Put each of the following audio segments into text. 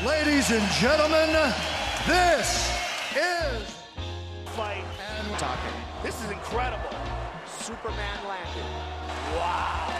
Ladies and gentlemen, this is fight and talking. This is incredible. Superman landed. Wow.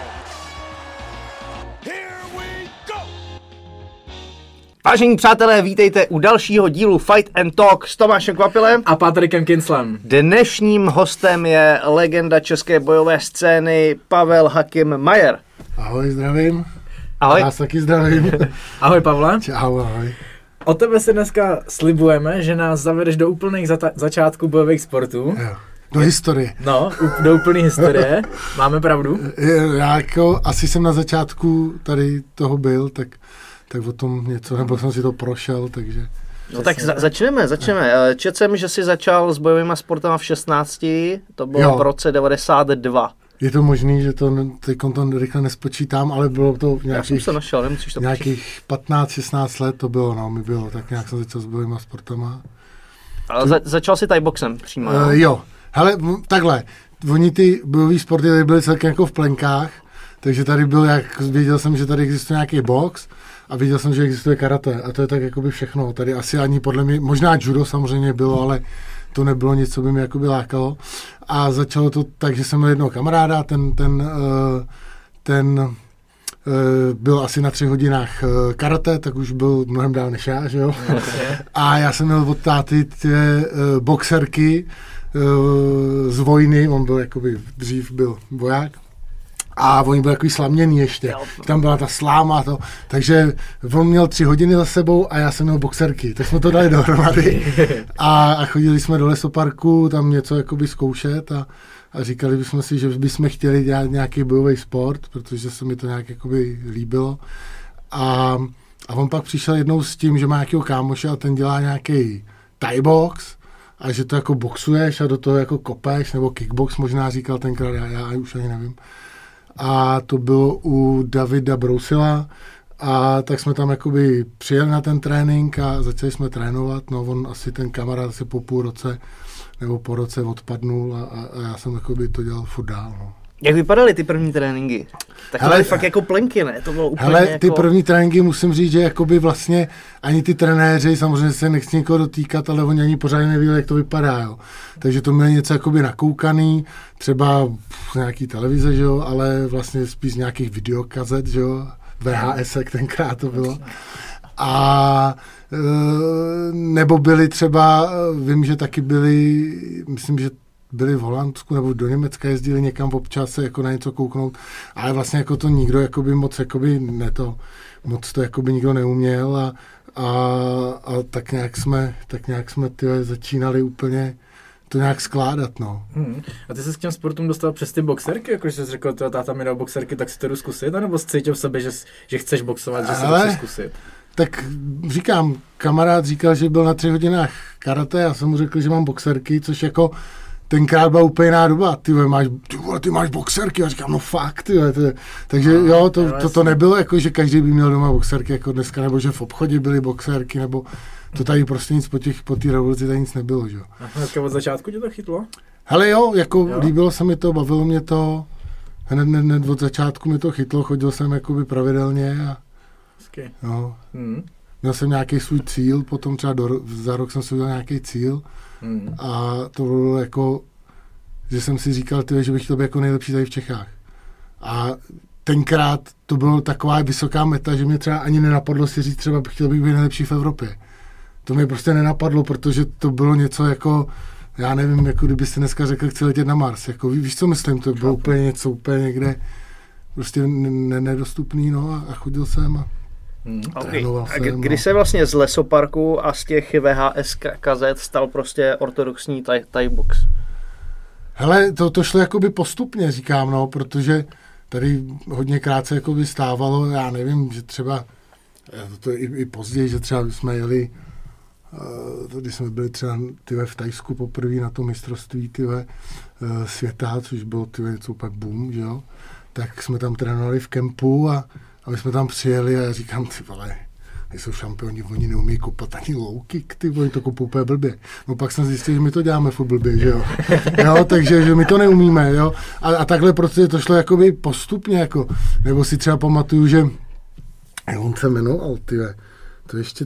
Here we go. Vážení přátelé, vítejte u dalšího dílu Fight and Talk s Tomášem Kvapilem a Patrikem Kinslem. Dnešním hostem je legenda české bojové scény Pavel Hakim Majer. Ahoj, zdravím. Ahoj. Já taky zdravím. Ahoj, Pavle. Čau, ahoj. Od tebe si dneska slibujeme, že nás zavedeš do úplných začátků bojových sportů. Jo. Do historie. No, do úplné historie. Máme pravdu? Já jako asi jsem na začátku tady toho byl, tak o tom něco, nebo jsem si to prošel, takže... No tak začneme. Četl jsem, že jsi začal s bojovýma sportama v 16, to bylo v roce 92. Je to možný, že to teďkon to rychle nespočítám, ale bylo to nějakých... Já jsem se našel, nemusíš to nějakých 15-16 let to bylo, no, mi bylo, tak nějak jsem začal s bojovýma sportama. Ale začal jsi thaiboxem přímo, jo, hele, takhle, oni ty bojový sporty tady byly celkem jako v plenkách, takže tady byl, věděl jsem, že tady existuje nějaký box a viděl jsem, že existuje karate a to je tak jakoby všechno. Tady asi ani podle mě, možná judo samozřejmě bylo, ale to nebylo nic, co by mě jakoby lákalo. A začalo to tak, že jsem měl jednoho kamaráda, ten byl asi na 3 hodinách karate, tak už byl mnohem dál než já, že jo. A já jsem měl od táty ty boxerky z vojny, on byl jakoby, dřív byl voják. A oni byli takový slaměný ještě. Tam byla ta sláma, takže on měl 3 hodiny za sebou a já jsem měl boxerky. Tak jsme to dali dohromady. A chodili jsme do lesoparku tam něco jakoby zkoušet a říkali bychom si, že bychom chtěli dělat nějaký bojový sport, protože se mi to nějak jakoby líbilo. A on pak přišel jednou s tím, že má nějakého kámoše a ten dělá nějaký thai box a že to jako boxuješ a do toho jako kopeš, nebo kickbox možná říkal tenkrát, já už ani nevím. A to bylo u Davida Brousila a tak jsme tam jakoby přijeli na ten trénink a začali jsme trénovat, no on asi ten kamarád asi po půl roce nebo po roce odpadnul a já jsem jakoby to dělal furt dál, no. Jak vypadaly ty první tréninky? Tak to byly fakt jako plenky, ne? To bylo úplně hele, ty první tréninky musím říct, že jakoby vlastně ani ty trenéři, samozřejmě se nechci někoho dotýkat, ale oni ani pořádně nevěděli, jak to vypadá, jo. Takže to měli něco jakoby nakoukaný, třeba z nějaký televize, že jo, ale vlastně spíš z nějakých videokazet, že jo, VHSek tenkrát to bylo. A nebo byli třeba, vím, že taky byli, myslím, že byli v Holandsku nebo do Německa, jezdili někam občas se jako na něco kouknout, ale vlastně jako to nikdo jakoby moc jakoby moc to jakoby nikdo neuměl a tak nějak jsme začínali úplně to nějak skládat, no. A ty se s těm sportům dostal přes ty boxerky, jako že jsi řekl, táta mi dal boxerky, tak si to jdu zkusit, anebo jsi cítil v sobě, že chceš boxovat, že si to chceš zkusit? Tak říkám, kamarád říkal, že byl na 3 hodinách karate, já jsem mu řekl, že mám boxerky, což jako tenkrát byla úplně jiná doba. Ty máš boxerky, já říkám, no fakt, takže jo, to nebylo jako, že každý by měl doma boxerky jako dneska, nebo že v obchodě byly boxerky, nebo to tady prostě nic po té revoluci tady nic nebylo, že jo. A dneska od začátku tě to chytlo? Hele jo, líbilo se mi to, bavilo mě to, hned od začátku mi to chytlo, chodil jsem jakoby pravidelně a jo. Měl jsem nějaký svůj cíl, potom třeba za rok jsem si udělal nějaký cíl a to bylo jako, že jsem si říkal, že bych chtěl být jako nejlepší tady v Čechách. A tenkrát to bylo taková vysoká meta, že mě třeba ani nenapadlo si říct, třeba chtěl bych být nejlepší v Evropě. To mě prostě nenapadlo, protože to bylo něco jako, já nevím, jako kdybyste dneska řekl, chci letět na Mars. Jako, víš, co myslím, to bylo úplně něco úplně někde prostě nedostupný, no a chodil jsem a okay. A když se vlastně z lesoparku a z těch VHS kazet stal prostě ortodoxní thai box? Hele, to šlo jakoby postupně, říkám, no, protože tady hodněkrát se jakoby stávalo, já nevím, že třeba, to i později, že třeba jsme jeli, když jsme byli třeba v Thajsku poprvé na to mistrovství světa, což bylo něco úplně boom, že jo, tak jsme tam trénovali v kempu a my jsme tam přijeli a já říkám, ty vole, nejsou šampioni, oni neumí kopat ani low kick, oni to kopou úplně blbě. No pak jsem zjistil, že my to děláme furt blbě, že jo. Jo, takže že my to neumíme, jo. A takhle prostě to šlo jakoby postupně, jako, nebo si třeba pamatuju, že on se jmenoval, To ještě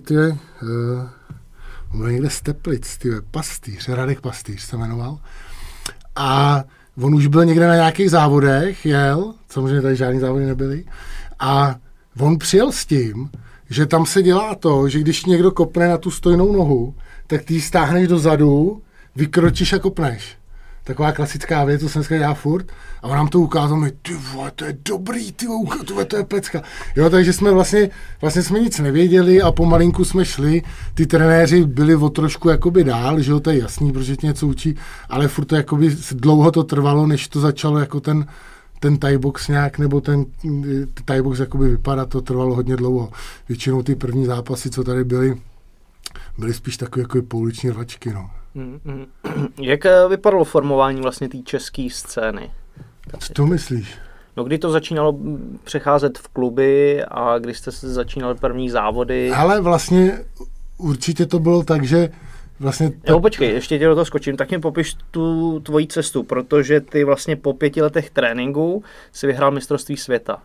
byl někde z Teplic, Pastýř, Radek Pastýř se jmenoval. A on už byl někde na nějakých závodech, jel, samozřejmě tady žádný závody nebyly, a on přijel s tím, že tam se dělá to, že když někdo kopne na tu stojnou nohu, tak ty ji stáhneš dozadu, vykročíš a kopneš. Taková klasická věc, co jsem dneska dělal furt. A on nám to ukázal, my, ty vole, to je dobrý, ty vole, to je pecka. Jo, takže jsme vlastně jsme nic nevěděli a pomalinku jsme šli. Ty trenéři byli o trošku jakoby dál, že jo, to je jasný, protože tě něco učí, ale furt to jakoby dlouho to trvalo, než to začalo jako ten Thai box nějak, nebo ten Thai box jakoby vypadat, to trvalo hodně dlouho. Většinou ty první zápasy, co tady byly spíš takové jako pouliční rvačky, no. Jak vypadalo formování vlastně té české scény? Co to myslíš? No, kdy to začínalo přecházet v kluby a kdy jste se začínali první závody? Ale vlastně určitě to bylo tak, že vlastně... Jo, počkej, ještě tě do toho skočím, tak mi popiš tu tvoji cestu, protože ty vlastně po 5 letech tréninku si vyhrál mistrovství světa.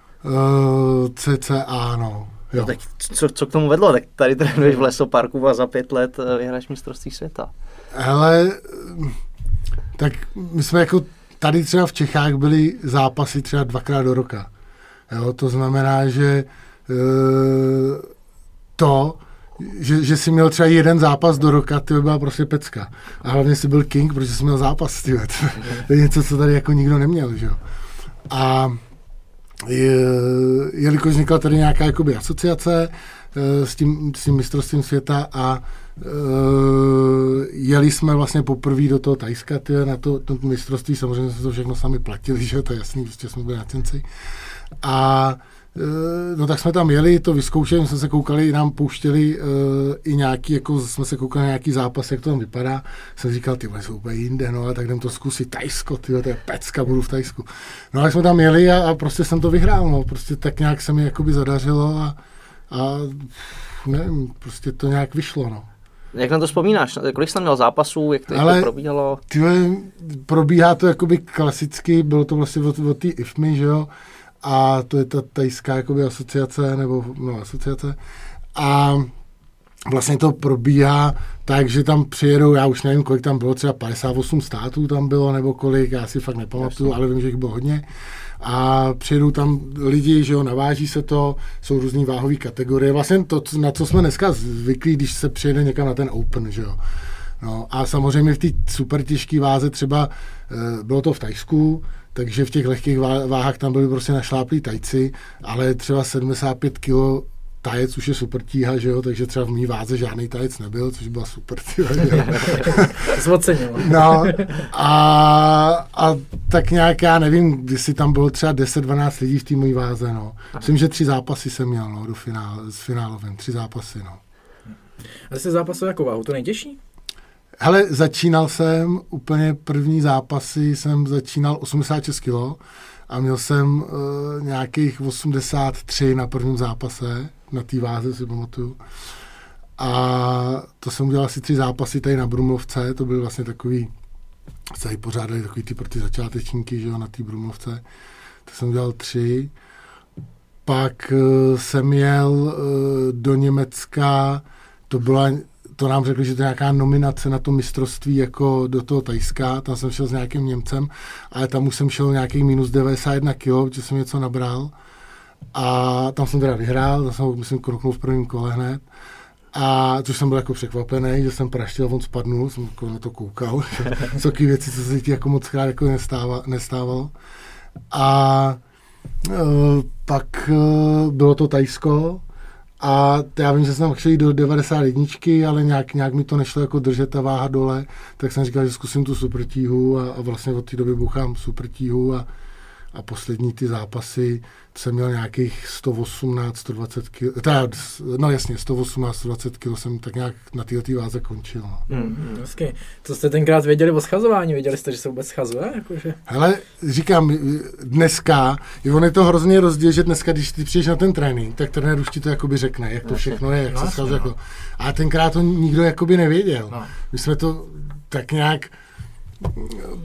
CCA, no. No, tak co k tomu vedlo? Tak tady trénuješ v lesoparku a za 5 let vyhráš mistrovství světa. Hele, tak my jsme jako tady třeba v Čechách byly zápasy třeba 2krát do roka. Jo, to znamená, že že jsi měl třeba jeden zápas do roka, ty byla prostě pecka. A hlavně jsi byl king, protože jsi měl zápas, ty. To je něco, co tady jako nikdo neměl, že jo. A jelikož vznikla tady nějaká jakoby asociace s tím mistrovstvím světa a jeli jsme vlastně poprvé do toho Thajska, na to mistrovství, samozřejmě jsme to všechno sami platili, že to je jasný, prostě jsme byli nacenci. A no tak jsme tam jeli, to vyzkoušeli, jsme se koukali, nám pouštěli i nějaký, jako jsme se koukali na nějaký zápas, jak to tam vypadá. Jsem říkal, ty jsou úplně jinde, no a tak jdem to zkusit, Thajsko, to je pecka, budu v Thajsku. No a jsme tam jeli a prostě jsem to vyhrál, no, prostě tak nějak se mi jakoby zadařilo a nevím, prostě to nějak vyšlo, no. Jak na to vzpomínáš? Kolik jsi tam měl zápasů, jak to probíhalo? Probíhá to jakoby klasicky, bylo to vlastně od té IFMI, že jo, a to je ta thajská jakoby asociace, asociace. A vlastně to probíhá tak, že tam přijedou, já už nevím, kolik tam bylo, třeba 58 států tam bylo, nebo kolik, já si fakt nepamatuju, ale vím, že jich bylo hodně. A přijedou tam lidi, že jo, naváží se to, jsou různý váhové kategorie. Vlastně to, na co jsme dneska zvyklí, když se přijede někam na ten Open, že jo. No a samozřejmě v té super těžké váze třeba bylo to v Thajsku, takže v těch lehkých váhách tam byli prostě našláplí Tajci, ale třeba 75 kg tajec už je super tíha, že jo, takže třeba v mý váze žádný tajec nebyl, což byla super tíha, že jo. Zvocenil. No a tak nějak, já nevím, jestli tam bylo třeba 10-12 lidí v té mojí váze, no. Myslím, že 3 zápasy jsem měl, no, s finálovým, 3 zápasy, no. A jsi zápasil jako váhu, to nejtěžší? Hele, začínal jsem, úplně první zápasy jsem začínal 86 kg a měl jsem nějakých 83 na prvním zápase, na té váze si pamatuju. A to jsem udělal asi 3 zápasy tady na Brumlovce, to byly vlastně takový, se pořádali takový ty pro ty začátečníky, že jo, na té Brumlovce. To jsem udělal 3. Pak jsem jel do Německa, to nám řekli, že to je nějaká nominace na to mistrovství jako do toho Thajska, tam jsem šel s nějakým Němcem, ale tam už jsem šel nějakých minus 91 kg, protože jsem něco nabral a tam jsem teda vyhrál, tam jsem, myslím, kroknul v prvním kole hned, a což jsem byl jako překvapený, že jsem praštil, on spadnul, jsem na to koukal, jsou takové věci, co se ti jako moc krát jako nestávalo. A pak bylo to Thajsko, a já vím, že jsem tam chtěl jít do 91, ale nějak mi to nešlo jako držet ta váha dole, tak jsem říkal, že zkusím tu supertíhu a vlastně od té doby bouchám supertíhu a poslední ty zápasy jsem měl nějakých 118, 120 kg, no jasně, 118, 120 kg jsem tak nějak na této váze končil. Hezky. Co jste tenkrát věděli o schazování? Věděli jste, že se vůbec schazuje? Jakože? Hele, říkám, dneska, on je to hrozně rozdíl, že dneska, když ty přijdeš na ten trénink, tak trenér už ti to jakoby řekne, jak to všechno je, jak se schazuje. No. A tenkrát to nikdo jakoby nevěděl. No. My jsme to tak nějak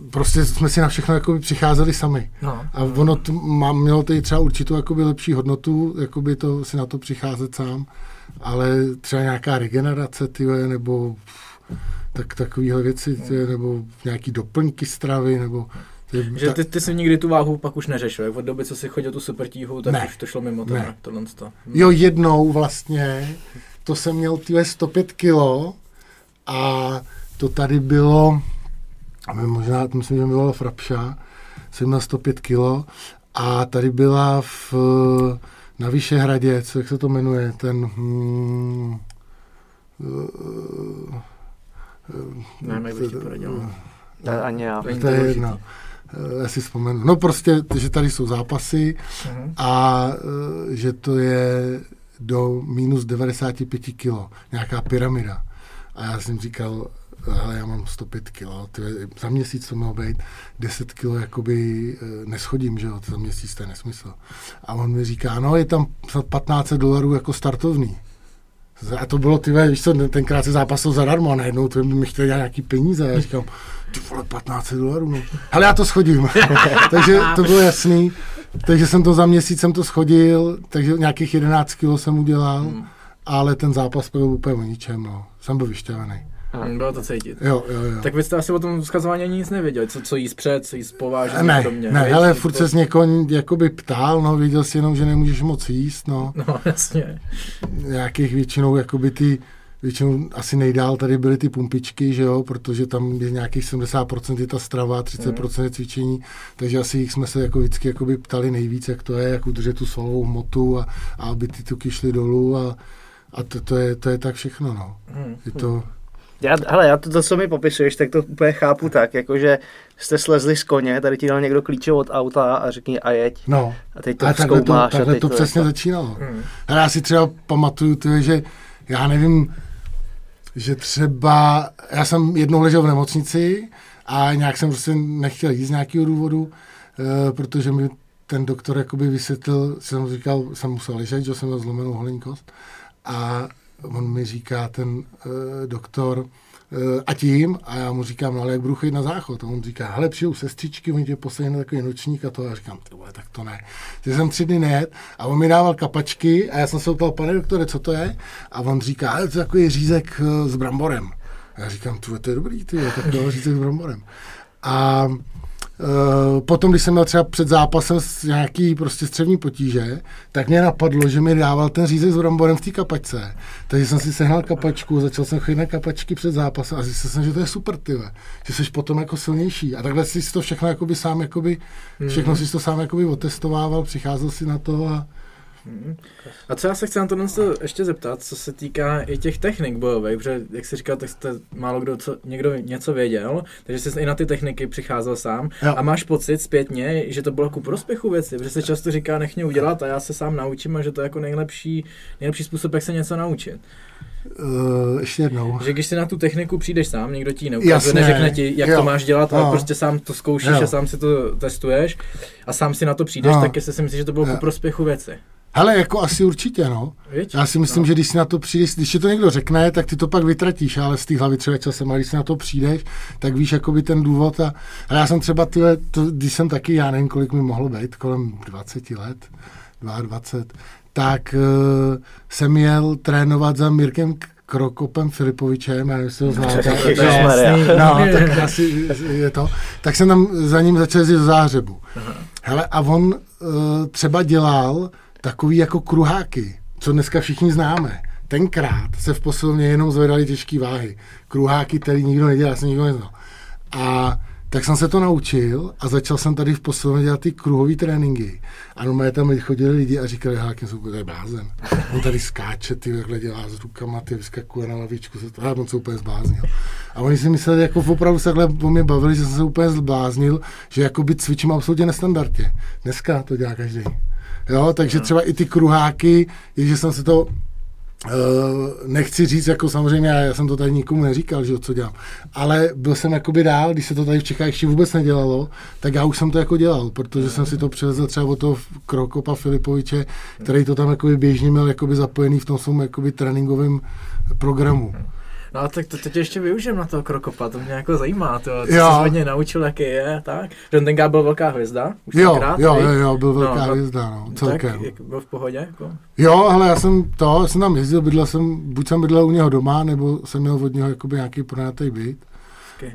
prostě jsme si na všechno jakoby přicházeli sami. No. A ono mělo tady třeba určitou jakoby lepší hodnotu, jakoby to si na to přicházet sám, ale třeba nějaká regenerace, nebo takovéhle věci, nebo nějaký doplňky stravy, nebo... Že ty jsi nikdy tu váhu pak už neřešil, od doby, co jsi chodil tu supertíhu, tak už to šlo mimo tohle. Jo, jednou vlastně, to jsem měl 105 kilo a to tady bylo, možná, myslím, že mi bylo Frapša, jsem měl 105 kilo a tady byla na Vyšehradě, jak se to jmenuje, ten... Nevím, jak bych ti poradil. Ani já. To je jedno. Já si vzpomenu. No prostě, že tady jsou zápasy a že to je do minus 95 kilo. Nějaká pyramida. A já jsem říkal, hele, já mám 105 kilo, za měsíc to mělo být, 10 kilo jakoby neschodím, že jo, za měsíc to je nesmysl. A on mi říká, no je tam $1500 jako startovný. A to bylo, víš co, tenkrát se zápasil zadarmo a najednou to mi chtěli dělat nějaký peníze. Já říkám, ty vole, $1500, no. Hele, já to schodím. Takže to bylo jasný. Takže jsem to za měsíc jsem to schodil, takže nějakých 11 kilo jsem udělal, ale ten zápas byl úplně o ničem, no. Jsem byl vyšťavený. Bylo to cítit. Jo. Tak vy jste asi o tom schazování ani nic nevěděli, co jíst před, co jíst po vážení. Ne, ale furt se z někoho jakoby ptal, no, věděl jsi jenom, že nemůžeš moc jíst, no. No, jasně. Nějakých většinou, jakoby většinou asi nejdál tady byly ty pumpičky, že jo, protože tam je nějakých 70% je ta strava, 30% je cvičení, takže asi jich jsme se jako vždycky jakoby ptali nejvíc, jak to je, jak udržet tu svalovou hmotu a aby ty tuky šly dolů a to je tak všechno, no. Je to... Já to, co mi popisuješ, tak to úplně chápu tak, jakože jste slezli z koně, tady ti dal někdo klíče od auta a řekni a jeď. No. A teď to zkoumáš. Takhle to přesně začínalo. A já si třeba pamatuju, že já nevím, že třeba, já jsem jednou ležel v nemocnici a nějak jsem prostě nechtěl jít z nějakého důvodu, protože mi ten doktor jakoby vysvětlil, jsem říkal, jsem musel ležet, že jsem měl zlomenou holenní kost a on mi říká ten doktor, a tím, a já mu říkám, no ale jak budu chodit na záchod? A on říká, hele, přijdou sestřičky, oni tě posadí na takový nočník a to. A já říkám, tak to ne. Teď jsem 3 dny nejet a on mi dával kapačky a já jsem se ptal, pane doktore, co to je? A on říká, ale to je takový řízek s bramborem. A já říkám, to je dobrý, tak řízek s bramborem. A potom, když jsem měl třeba před zápasem nějaký prostě střevní potíže, tak mě napadlo, že mi dával ten řízek s bramborem v té kapačce. Takže jsem si sehnal kapačku, začal jsem chodit na kapačky před zápasem a zjistil jsem, že to je super, že jsi potom jako silnější. A takhle si to všechno jakoby sám, všechno si to sám jakoby otestovával, přicházel si na to a... A co já se chci na tohle ještě zeptat, co se týká i těch technik bojových, protože jak jsi říkal, tak jste málo někdo něco věděl, takže jsi i na ty techniky přicházel sám. Jo. A máš pocit zpětně, že to bylo ku prospěchu věci, protože se často říká, nech mě udělat a já se sám naučím a že to je jako nejlepší způsob, jak se něco naučit. Ještě jednou. Že když si na tu techniku přijdeš sám, někdo ti neukazuje, neřekne ti, jak to máš dělat, ale prostě sám to zkoušíš a sám si to testuješ a sám si na to přijdeš, tak jestli si myslíš, že to bylo ku prospěchu věci. Hele, jako asi určitě, no. Já si myslím, že když si na to přijdeš, když ti to někdo řekne, tak ty to pak vytratíš, ale z té hlavy třeba časem, a když si na to přijdeš, tak víš jakoby ten důvod a já jsem třeba když jsem taky, já nevím, kolik mi mohlo být, kolem 20 let, 22, tak jsem jel trénovat za Mirkem Krokopem Filipovičem, já nevím, jestli ho znáte. Tak asi je to. Tak jsem tam za ním začal jezdit do Záhřebu. Hele, a on třeba dělal takový jako kruháky, co dneska všichni známe. Tenkrát se v posilovně jenom zvedaly těžké váhy. Kruháky, který nikdo nedělal, já jsem nikdo neznal. A tak jsem se to naučil a začal jsem tady v posilovně dělat ty kruhové tréninky. A normálně tam chodili lidi a říkali, hele, jak jsou tady blázen. On tady skáče, ty takhle dělá s rukama, ty vyskakuje na lavičku, on se úplně zbláznil. A oni si mysleli, jako opravdu se takhle o mě bavili, že jsem se úplně zbláznil, že jakoby cvičím absolutně nestandardně. Dneska to dělá každý. Jo, takže třeba i ty kruháky, že jsem se to nechci říct, jako samozřejmě, já jsem to tady nikomu neříkal, že co dělám, ale byl jsem jakoby dál, když se to tady v Čechách ještě vůbec nedělalo, tak já už jsem to jako dělal, protože jsem si to přivezl třeba od toho Krokopa Filipoviče, který to tam jakoby běžně měl jakoby zapojený v tom svém jakoby tréninkovém programu. No a tak to teď ještě využijem na toho Krokopa, to mě jako zajímá, to, co jsi hodně naučil, jaký je, tak? Že tenkrát byl velká hvězda, už tenkrát, jo, byl velká hvězda, no, celkem. Tak byl v pohodě, jako? Jo, ale já jsem tam jezdil, buď jsem bydlel u něho doma, nebo jsem měl od něho jakoby nějaký pronajatý byt. Okay.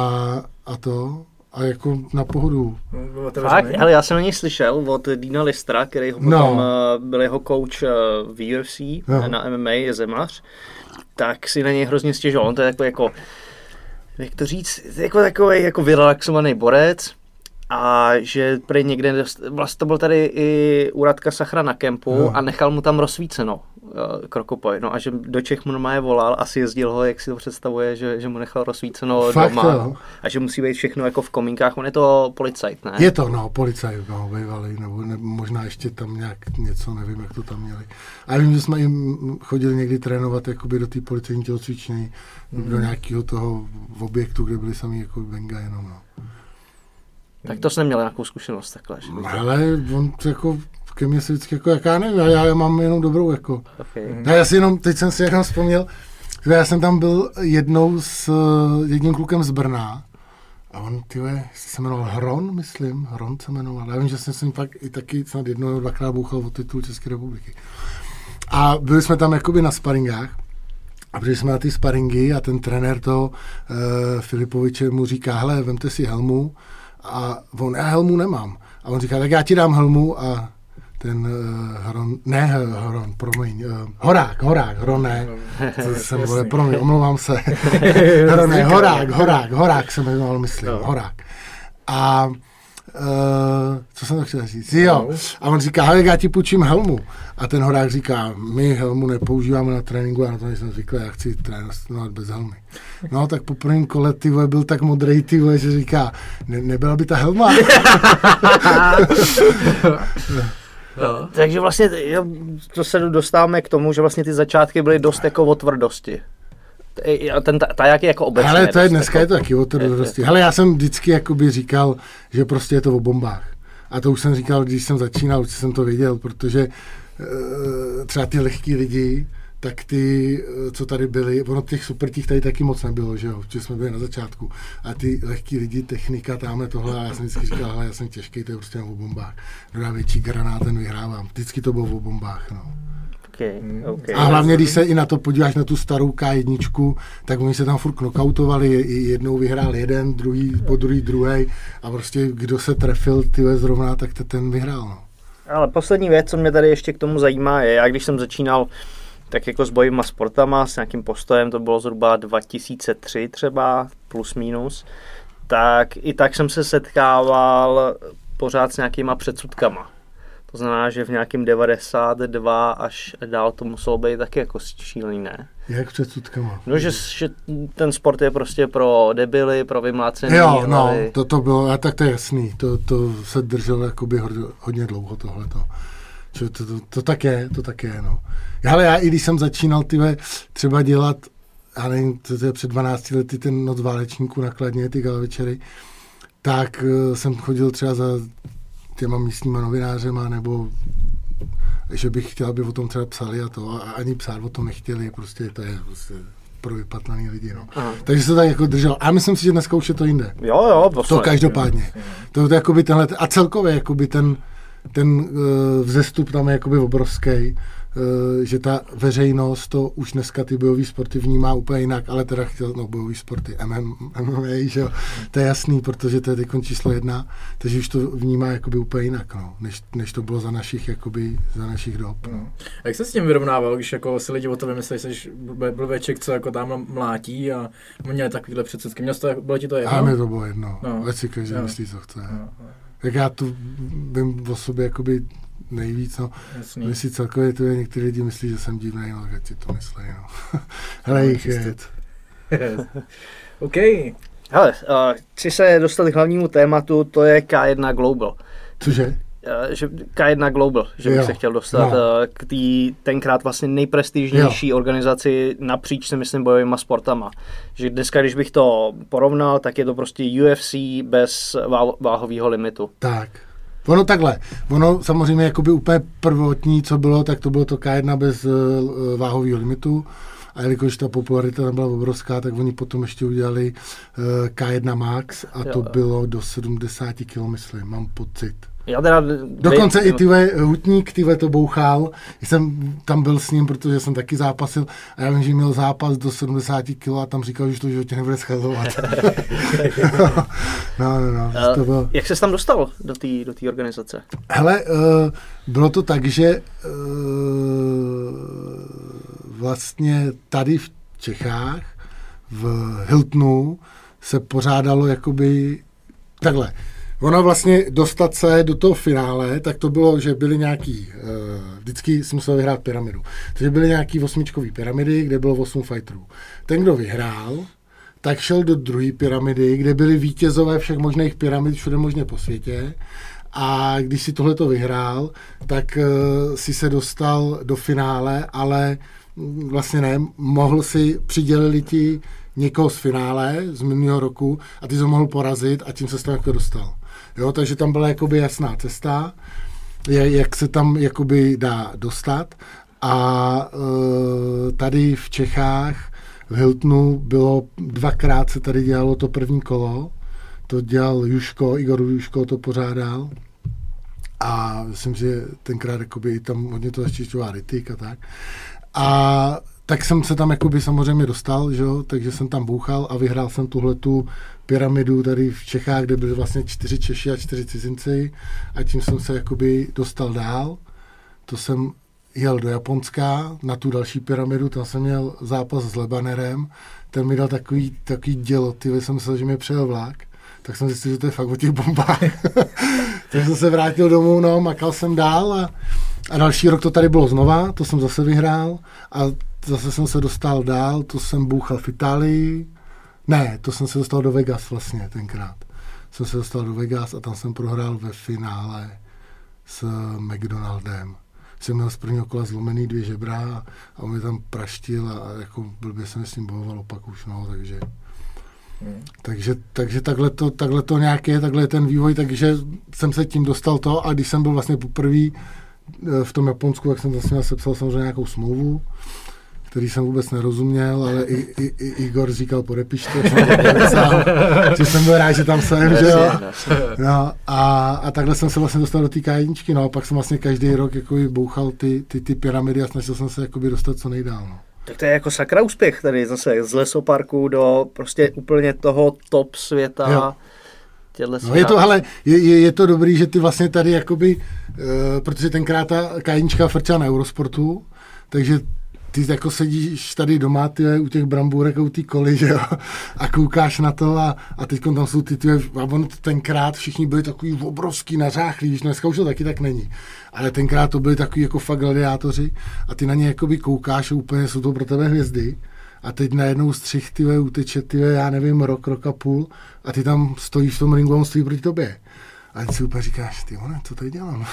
A jako na pohodu. Fakt, ale já jsem o něj slyšel od Dina Listra, který potom byl jeho coach v UFC, na MMA, je zemař, tak si na něj hrozně stěžoval. On to je jako jak to říct, jako takový jako vyrelaxovaný borec a že prý někde, vlastně to byl tady i u Radka Sachra na kempu a nechal mu tam rozsvíceno Krokopoj, no a že do Čech mu normálně volal, asi jezdil ho, jak si to představuje, že mu nechal rozsvíceno doma a že musí být všechno jako v komínkách, on je to policajt, ne? Je to, policajt, bývalý, nebo možná ještě tam nějak něco, nevím, jak to tam měli. A vím, že jsme jim chodili někdy trénovat jakoby do té policejní tělocvičny, do nějakého toho objektu, kde byli sami jako benga jenom, no. Tak to jsem neměl nějakou zkušenost takhle. Ale on jako ke mně se vždycky jako, já nevím, já mám jenom dobrou jako. Okay. Já si jenom, teď jsem si jenom vzpomněl, že já jsem tam byl jednou s jedním klukem z Brna a on, se jmenoval Hron se jmenoval. Já vím, že jsem pak i taky snad jednou nebo dvakrát bouchal o titul České republiky. A byli jsme tam jakoby na sparingách a přišli jsme na ty sparingy a ten trenér toho Filipoviče mu říká, hele, vemte si helmu. A on, já helmu nemám. A on říká, tak já ti dám helmu a ten Hron ne. To jsem vole, promiň, omlouvám se. Horák se jmenoval, myslím, Horák. A co jsem to chtěl říct? Jo. A on říká, hele, já ti půjčím helmu. A ten Horák říká, my helmu nepoužíváme na tréninku, a na to nejsem zvyklý, já chci trénovat bez helmy. No, tak po prvním kole, byl tak modrý, že říká, nebyla by ta helma? No. Takže vlastně to se dostáváme k tomu, že vlastně ty začátky byly dost jako o tvrdosti. Jak je jako obecně. Hele, to je dneska je to taky o tvrdosti. Hele, já jsem vždycky jakoby říkal, že prostě je to o bombách. A to už jsem říkal, když jsem začínal, už jsem to věděl, protože třeba ty lehký lidi, tak ty, co tady byli, ono těch supertích tady taky moc nebylo, že jo, že jsme byli na začátku. A ty lehký lidi, technika, tamhle tohle, a já jsem vždycky říkal, hele, já jsem těžký, to je prostě o bombách. Kdo dá větší granát, ten vyhrávám. Vždycky to bylo o bombách, no. Okay. A hlavně, když se i na to podíváš na tu starou K1, tak oni se tam furt knockoutovali, jednou vyhrál jeden, druhý a prostě kdo se trefil zrovna, tak ten vyhrál, no. Ale poslední věc, co mě tady ještě k tomu zajímá, je, já když jsem začínal tak jako s bojovýma sportama, s nějakým postojem, to bylo zhruba 2003 třeba, plus minus, tak i tak jsem se setkával pořád s nějakýma předsudkama. To znamená, že v nějakém 92 až dál to muselo být taky jako šílený, ne? Jak předsudkama? No, že ten sport je prostě pro debily, pro vymlácený hlavy. No, to bylo, a tak to je jasný, to se drželo jakoby hodně dlouho tohleto. To tak je, no. Ale já i když jsem začínal třeba dělat, já nevím, to je před 12 lety ten Noc válečníků na Kladně, ty gala večery, tak jsem chodil třeba za těma místníma novinářema, nebo že bych chtěl, aby o tom třeba psali a to, a ani psát o tom nechtěli, prostě to je prostě pro vypatlaný lidi, no. Aha. Takže se to tak jako drželo. A myslím si, že dneska už je to jinde. Jo, to každopádně. To je jakoby tenhle, a celkově jakoby ten vzestup tam je jakoby obrovský, že ta veřejnost to už dneska ty bojový sporty vnímá úplně jinak, ale teda bojový sporty, MMA, že jo, to je jasný, protože to je teď číslo 1, takže už to vnímá jakoby úplně jinak, no, než to bylo za našich dob. No. A jak se s tím vyrovnával, když jako si lidi o tobě myslí, že jsi blbeček, co jako tam mlátí a měli takovýhle předsudky, bylo ti to jedno? A mě to bylo jedno, ať si každý myslí, co chce. Tak já tu vím o sobě jakoby nejvíc, no. Myslím celkově, to je někteří lidi myslí, že jsem divnej, no, tak si to myslí, no. Hele, jich je. OK. Hele, chci se dostat k hlavnímu tématu, to je K1 Global. Cože? Že K1 Global, že bych se chtěl dostat k té tenkrát vlastně nejprestižnější organizaci napříč, si myslím, bojovýma sportama. Že dneska, když bych to porovnal, tak je to prostě UFC bez váhového limitu. Tak. Ono takhle. Ono samozřejmě jakoby úplně prvotní, co bylo, tak to bylo to K1 bez váhového limitu. a jelikož ta popularita tam byla obrovská, tak oni potom ještě udělali K1 Max a to bylo do 70 kg, myslím, mám pocit. Dokonce i Hutník to bouchal, jsem tam byl s ním, protože jsem taky zápasil a já vím, že měl zápas do 70 kg a tam říkal, že to v životě nebude schazovat. To bylo... Jak ses tam dostal do té organizace? Hele, bylo to tak, že vlastně tady v Čechách, v Hiltonu, se pořádalo jakoby takhle. Ono vlastně dostat se do toho finále, tak to bylo, že byly nějaký, vždycky si musel vyhrát pyramidu. Takže byly nějaký 8čkový pyramidy, kde bylo 8 fighterů. Ten, kdo vyhrál, tak šel do druhé pyramidy, kde byly vítězové všech možných pyramid všude možně po světě. A když si tohleto vyhrál, tak si se dostal do finále, ale vlastně ne, mohl si, přidělili ti někoho z finále z minulého roku a ty jsi ho mohl porazit a tím se tam jako dostal. Jo, takže tam byla jakoby jasná cesta, jak se tam jakoby dá dostat a tady v Čechách v Hiltonu bylo dvakrát se tady dělalo to první kolo, to dělal Igor Juško to pořádal a myslím, že tenkrát jakoby tam hodně to zaštiťoval Rytik a tak. A tak jsem se tam jakoby samozřejmě dostal, že jo? Takže jsem tam bouchal a vyhrál jsem tuhletu pyramidu tady v Čechách, kde byly vlastně 4 Češi a 4 cizinci a tím jsem se jakoby dostal dál. To jsem jel do Japonska na tu další pyramidu, tam jsem měl zápas s Lebanerem, ten mi dal takový dělo, jsem myslel, že mi přejel vlak, tak jsem zjistil, že to je fakt o těch bombách. Takže jsem se vrátil domů, no, makal jsem dál a další rok to tady bylo znova, to jsem zase vyhrál a zase jsem se dostal dál, to jsem bouchal v Itálii, ne, to jsem se dostal do Vegas vlastně tenkrát. Jsem se dostal do Vegas a tam jsem prohrál ve finále s McDonaldem. Jsem měl z prvního kola zlomený 2 žebra a on mi tam praštil a jako blbě jsem s ním bojoval opak už, no, takže takhle to nějaké, takhle je ten vývoj, takže jsem se tím dostal to a když jsem byl vlastně poprvé v tom Japonsku, tak jsem vlastně sepsal samozřejmě nějakou smlouvu, který jsem vůbec nerozuměl, ale i Igor říkal podepiš to, že jsem byl rád, že tam jsem, že jo. No, a takhle jsem se vlastně dostal do té K1, no a pak jsem vlastně každý rok jakoby bouchal ty pyramidy a snažil jsem se jakoby dostat co nejdál, no. Tak to je jako sakra úspěch tady zase z lesoparku do prostě úplně toho top světa. Jo. No je to, ale je to dobrý, že ty vlastně tady jakoby, protože tenkrát ta K1 frčela na Eurosportu, takže ty jako sedíš tady doma u těch brambůrek a u té koly, že jo, a koukáš na to a teď tam jsou a on tenkrát všichni byli takový obrovský nařáchlí, když dneska už to taky tak není, ale tenkrát to byli takový jako fakt gladiátoři a ty na ně jakoby koukáš a úplně jsou to pro tebe hvězdy a teď najednou střih uteče, já nevím, rok a půl a ty tam stojíš v tom ringu a on stojí proti tobě. A ty si úplně říkáš, co tady dělám?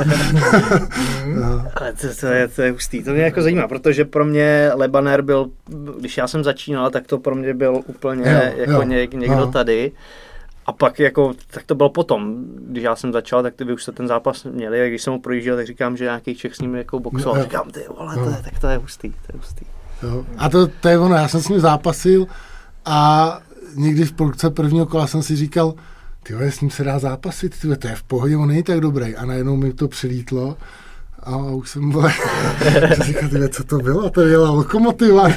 No. Ale to je hustý, to mě jako zajímá, protože pro mě Lebaner byl, když já jsem začínal, tak to pro mě byl úplně někdo tady. A pak jako, tak to bylo potom, když já jsem začal, tak vy už jste ten zápas měli, a když jsem ho projížděl, tak říkám, že nějaký Čech s ním jako boxoval. Říkám, ty vole, tak to je hustý, Jo. A to je ono, já jsem s ním zápasil a někdy v produkce prvního kola jsem si říkal, s ním se dá zápasit, to je v pohodě, on není tak dobrý. A najednou mi to přilítlo a už jsem byl říkal, co to bylo? To jela lokomotiva.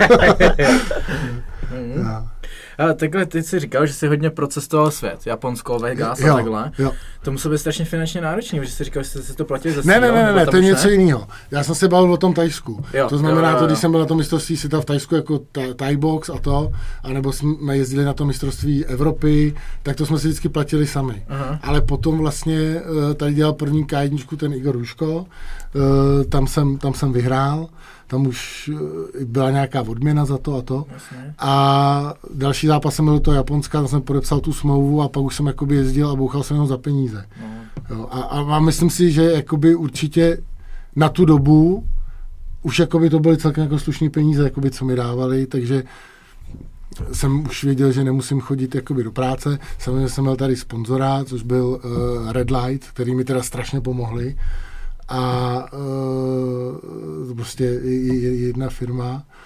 No. Ale takhle ty jsi říkal, že jsi hodně procestoval svět, Japonsko, Vegas a takhle. Jo. To muselo být strašně finančně náročný, protože jsi říkal, že jsi si to platil za Ne, to je něco jiného. Já jsem se bavil o tom Tajsku. To znamená, to, když jsem byl na tom mistrovství světa v Tajsku jako Thai box a to, anebo jsme jezdili na to mistrovství Evropy, tak to jsme si vždycky platili sami. Aha. Ale potom vlastně tady dělal první K1 ten Igor Juško, tam jsem vyhrál. Tam už byla nějaká odměna za to a to. Jasně. A další zápas jsem byl do toho Japonska, tam jsem podepsal tu smlouvu a pak už jsem jakoby jezdil a bouchal jsem jenom za peníze. Jo, a myslím si, že jakoby určitě na tu dobu už jakoby to byly celkem jako slušný peníze, jakoby, co mi dávali, takže jsem už věděl, že nemusím chodit jakoby do práce. Samozřejmě jsem měl tady sponzora, což byl Red Light, který mi teda strašně pomohli. A prostě jedna firma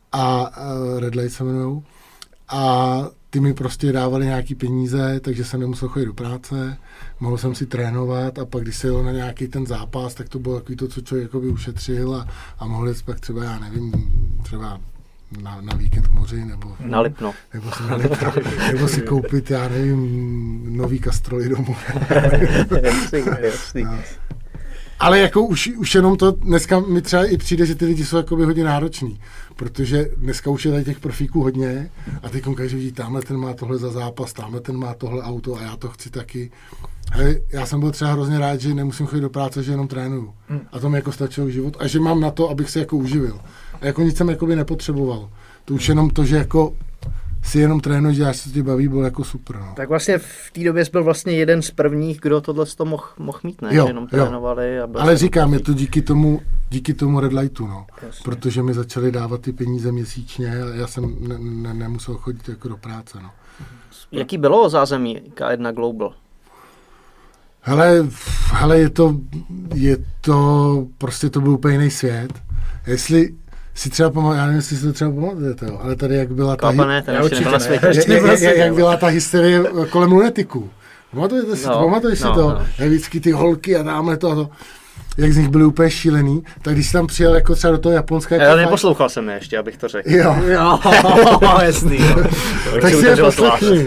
a Red Light se jmenujou. A ty mi prostě dávali nějaký peníze, takže jsem nemusel chodit do práce, mohl jsem si trénovat a pak, když se jel na nějaký ten zápas, tak to bylo takový to, co člověk jakoby ušetřil a mohl jít pak třeba, já nevím, třeba na víkend k moři, nebo na Lipno. Nebo si koupit, já nevím, nový kastroly domů. Jasný. No. Ale jako už jenom to, dneska mi třeba i přijde, že ty lidi jsou jakoby hodně náročný, protože dneska už je tady těch profíků hodně a ty každý vidí, tamhle ten má tohle za zápas, tamhle ten má tohle auto a já to chci taky. Hej, já jsem byl třeba hrozně rád, že nemusím chodit do práce, že jenom trénuju. A to mi jako stačilo život a že mám na to, abych se jako uživil. A jako nic jsem jakoby nepotřeboval. To už jenom to, že jako si jenom trénuješ, děláš, co tě baví, bylo jako super. No. Tak vlastně v té době jsi byl vlastně jeden z prvních, kdo tohle mohl mít, ne? Jo, že jenom trénovali. A ale říkám, je to díky tomu Red Lightu, no. Protože mi začali dávat ty peníze měsíčně a já jsem nemusel chodit jako do práce, no. Jaký bylo zázemí K1 Global? Hele, je to, prostě to byl úplně jiný svět. Jestli si třeba já nevím, jestli si to třeba pamatujete, jo, ale tady jak byla jak byla ta hysterie kolem lunetiků. Pamatuješ si to? Vždycky ty holky a dáme to a to. Jak z nich byli úplně šílený, tak když jsem přijel jako třeba do toho Japonska... Já neposlouchal jsem ještě, abych to řekl. Jo, jasný. Tak si je poslechni.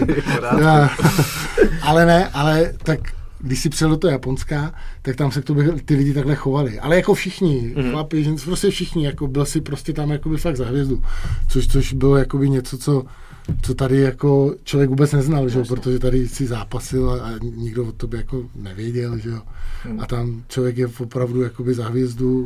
Ale tak když si přijel do toho Japonska, tak tam se k tobě ty lidi takhle chovali. Ale jako všichni, chlapi, že prostě všichni, jako byl si prostě tam jakoby fakt za hvězdu. Což bylo jakoby něco, co tady jako člověk vůbec neznal, že? Protože tady si zápasil a nikdo o tobě jako nevěděl, že jo. A tam člověk je opravdu jakoby za hvězdu,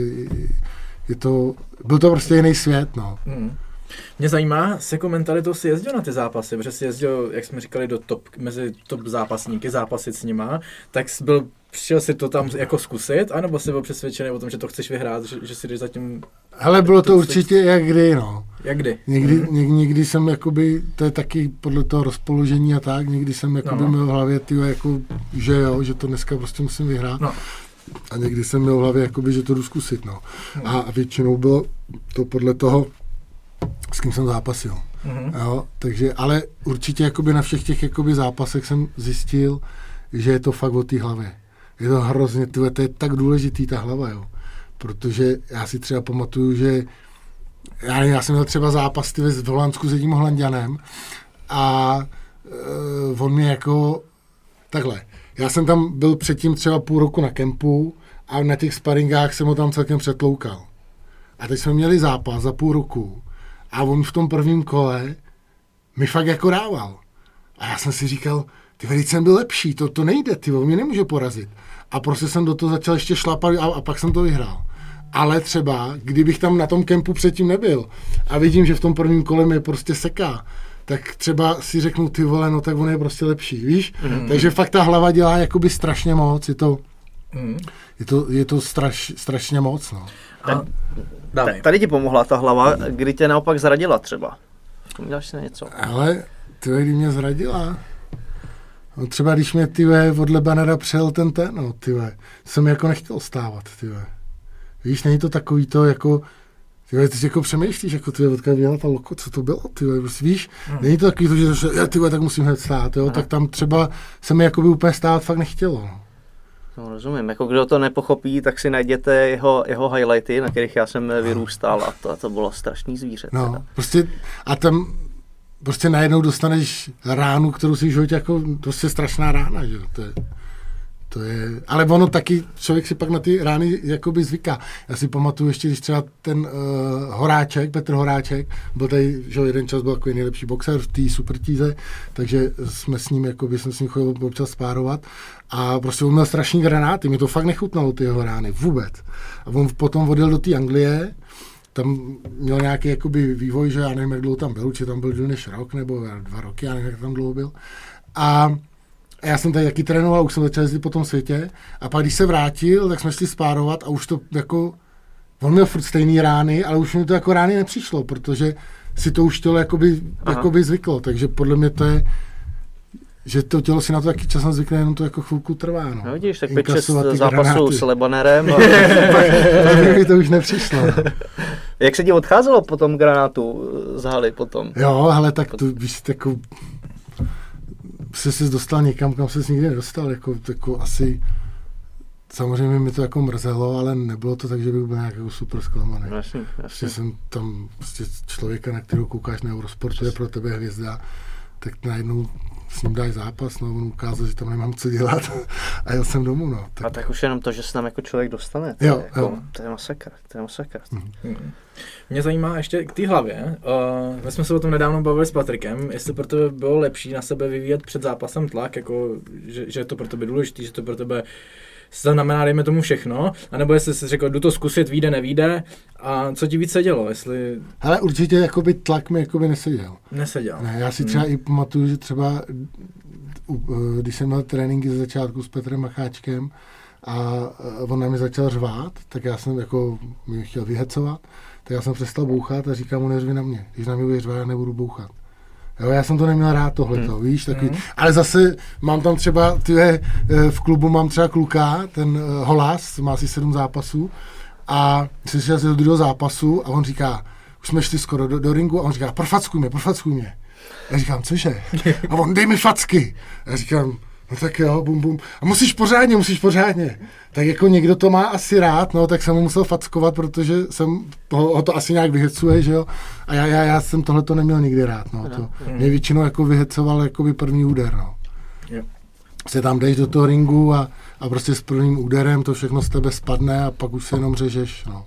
byl to prostě jiný svět, no. Mě zajímá, s jakou mentalitou si jezdil na ty zápasy, protože si jezdil, jak jsme říkali, mezi top zápasníky, zápasit s nima, tak přišel si to tam jako zkusit, anebo jsi byl přesvědčený o tom, že to chceš vyhrát, že si jdeš zatím... Hele, bylo to určitě jak kdy, no. Jak kdy? Někdy jsem jakoby, to je taky podle toho rozpoložení a tak, někdy jsem jakoby měl v hlavě, jako, že jo, že to dneska prostě musím vyhrát. No. A někdy jsem měl v hlavě, jakoby, že to jdu zkusit, no. A většinou bylo to podle toho, s kým jsem zápasil. Jo, takže, ale určitě jakoby na všech těch jakoby zápasech jsem zjistil, že je to fakt o té hlavě. Je to hrozně, to je tak důležitý ta hlava, jo. Protože já si třeba pamatuju, že já jsem měl třeba zápas v Holandsku s jedním Holanďanem a on mě jako takhle. Já jsem tam byl předtím třeba půl roku na kempu a na těch sparingách jsem ho tam celkem přetloukal. A teď jsme měli zápas za půl roku a on v tom prvním kole mi fakt jako dával. A já jsem si říkal, ty velice jsem byl lepší, to nejde, ty mě nemůže porazit. A prostě jsem do toho začal ještě šlapat a pak jsem to vyhrál. Ale třeba, kdybych tam na tom kempu předtím nebyl a vidím, že v tom prvním kole mě prostě seká, tak třeba si řeknu, ty vole, no tak on je prostě lepší, víš? Takže fakt ta hlava dělá jakoby strašně moc, je to strašně moc, no. Tady ti pomohla ta hlava, kdy tě naopak zradila třeba. Vzpomínáš si na něco? Ale kdy mě zradila? No třeba když mě, od Lebanera přijel ten, jsem jako nechtěl stávat, Víš, není to takový to, jako, ty jako přemýšlíš, jako, odkud měla ta loko, co to bylo, prostě, víš, není to takový to, že tak musím hned stát, jo, tak tam třeba se mi jakoby úplně stávat fakt nechtělo. No, rozumím, jako kdo to nepochopí, tak si najděte jeho highlighty, na kterých já jsem vyrůstal a to bylo strašný zvíře. No, prostě a tam prostě najednou dostaneš ránu, kterou si v životě jako, prostě strašná rána, že to je, ale ono taky, člověk si pak na ty rány jakoby zvyká. Já si pamatuju ještě, když třeba ten Petr Horáček, byl tady, že jeden čas byl jako nejlepší boxer v té supertíze, takže jsem s ním chodil občas spárovat a prostě on měl strašný granáty, mi to fakt nechutnalo ty jeho rány, vůbec. A on potom odjel do té Anglie, tam měl nějaký jakoby vývoj, že já nevím, jak dlouho tam byl, či tam byl díl než rok nebo 2 roky, já nevím, jak tam dlouho byl. A já jsem tady taky trénoval, už jsem začal jezdit po tom světě a pak když se vrátil, tak jsme šli spárovat a už to jako, on měl furt stejný rány, ale už mi to jako rány nepřišlo, protože si to už tělo jakoby zvyklo, takže podle mě to je, že to tělo si na to taky časem zvykne, jenom to jako chvilku trvá. No vidíš, tak 5-6 zápasů s Lebanerem. Tak mi to už nepřišlo. Jak se ti odcházelo po tom granátu z haly potom? Jo, ale tak to, víš, jako jsi dostal někam, kam ses nikdy nedostal, jako asi samozřejmě mi to jako mrzelo, ale nebylo to tak, že bych byl nějak jako super zklamaný. Jasně. Jsem tam prostě člověka, na kterého koukáš na Eurosportu, je pro tebe hvězda, tak najednou s ním dáš zápas, no, on ukázal, že tam nemám co dělat a jel jsem domů, no. Tak. A tak už jenom to, že se tam jako člověk dostane, to je masakr. Mě zajímá ještě k té hlavě, my jsme se o tom nedávno bavili s Patrikem, jestli pro tebe bylo lepší na sebe vyvíjet před zápasem tlak, jako, že je to pro tebe důležitý, že to pro tebe znamená, dejme tomu všechno, anebo jestli jsi řekl, jdu to zkusit, vyjde, nevyjde, a co ti víc sedělo, jestli... Hele, určitě jakoby tlak mi jakoby neseděl. Neseděl. Ne, já si třeba i pamatuju, že třeba, když jsem měl tréninky ze začátku s Petrem Macháčkem a on na mě začal řvát, tak já jsem jako mě chtěl vyhecovat, tak já jsem přestal bouchat a říkám mu, neřvi na mě, když na mě bude řvát, já nebudu bouchat. Jo, já jsem to neměl rád tohleto, víš, takový. Ale zase mám tam třeba, v klubu mám třeba kluka, ten Holas, má asi 7 zápasů a přišel se do druhého zápasu a on říká, už jsme šli skoro do ringu a on říká, profackuj mě. Já říkám, cože? A on, dej mi facky. Já říkám, no tak jo, bum bum. A musíš pořádně. Tak jako někdo to má asi rád, no, tak jsem mu musel fackovat, protože jsem ho to asi nějak vyhecuje, že jo. A já jsem tohleto neměl nikdy rád, no. To mě většinou jako vyhecoval jakoby první úder, no. Jo. Se tam jdeš do toho ringu a prostě s prvním úderem to všechno z tebe spadne a pak už se jenom řežeš, no.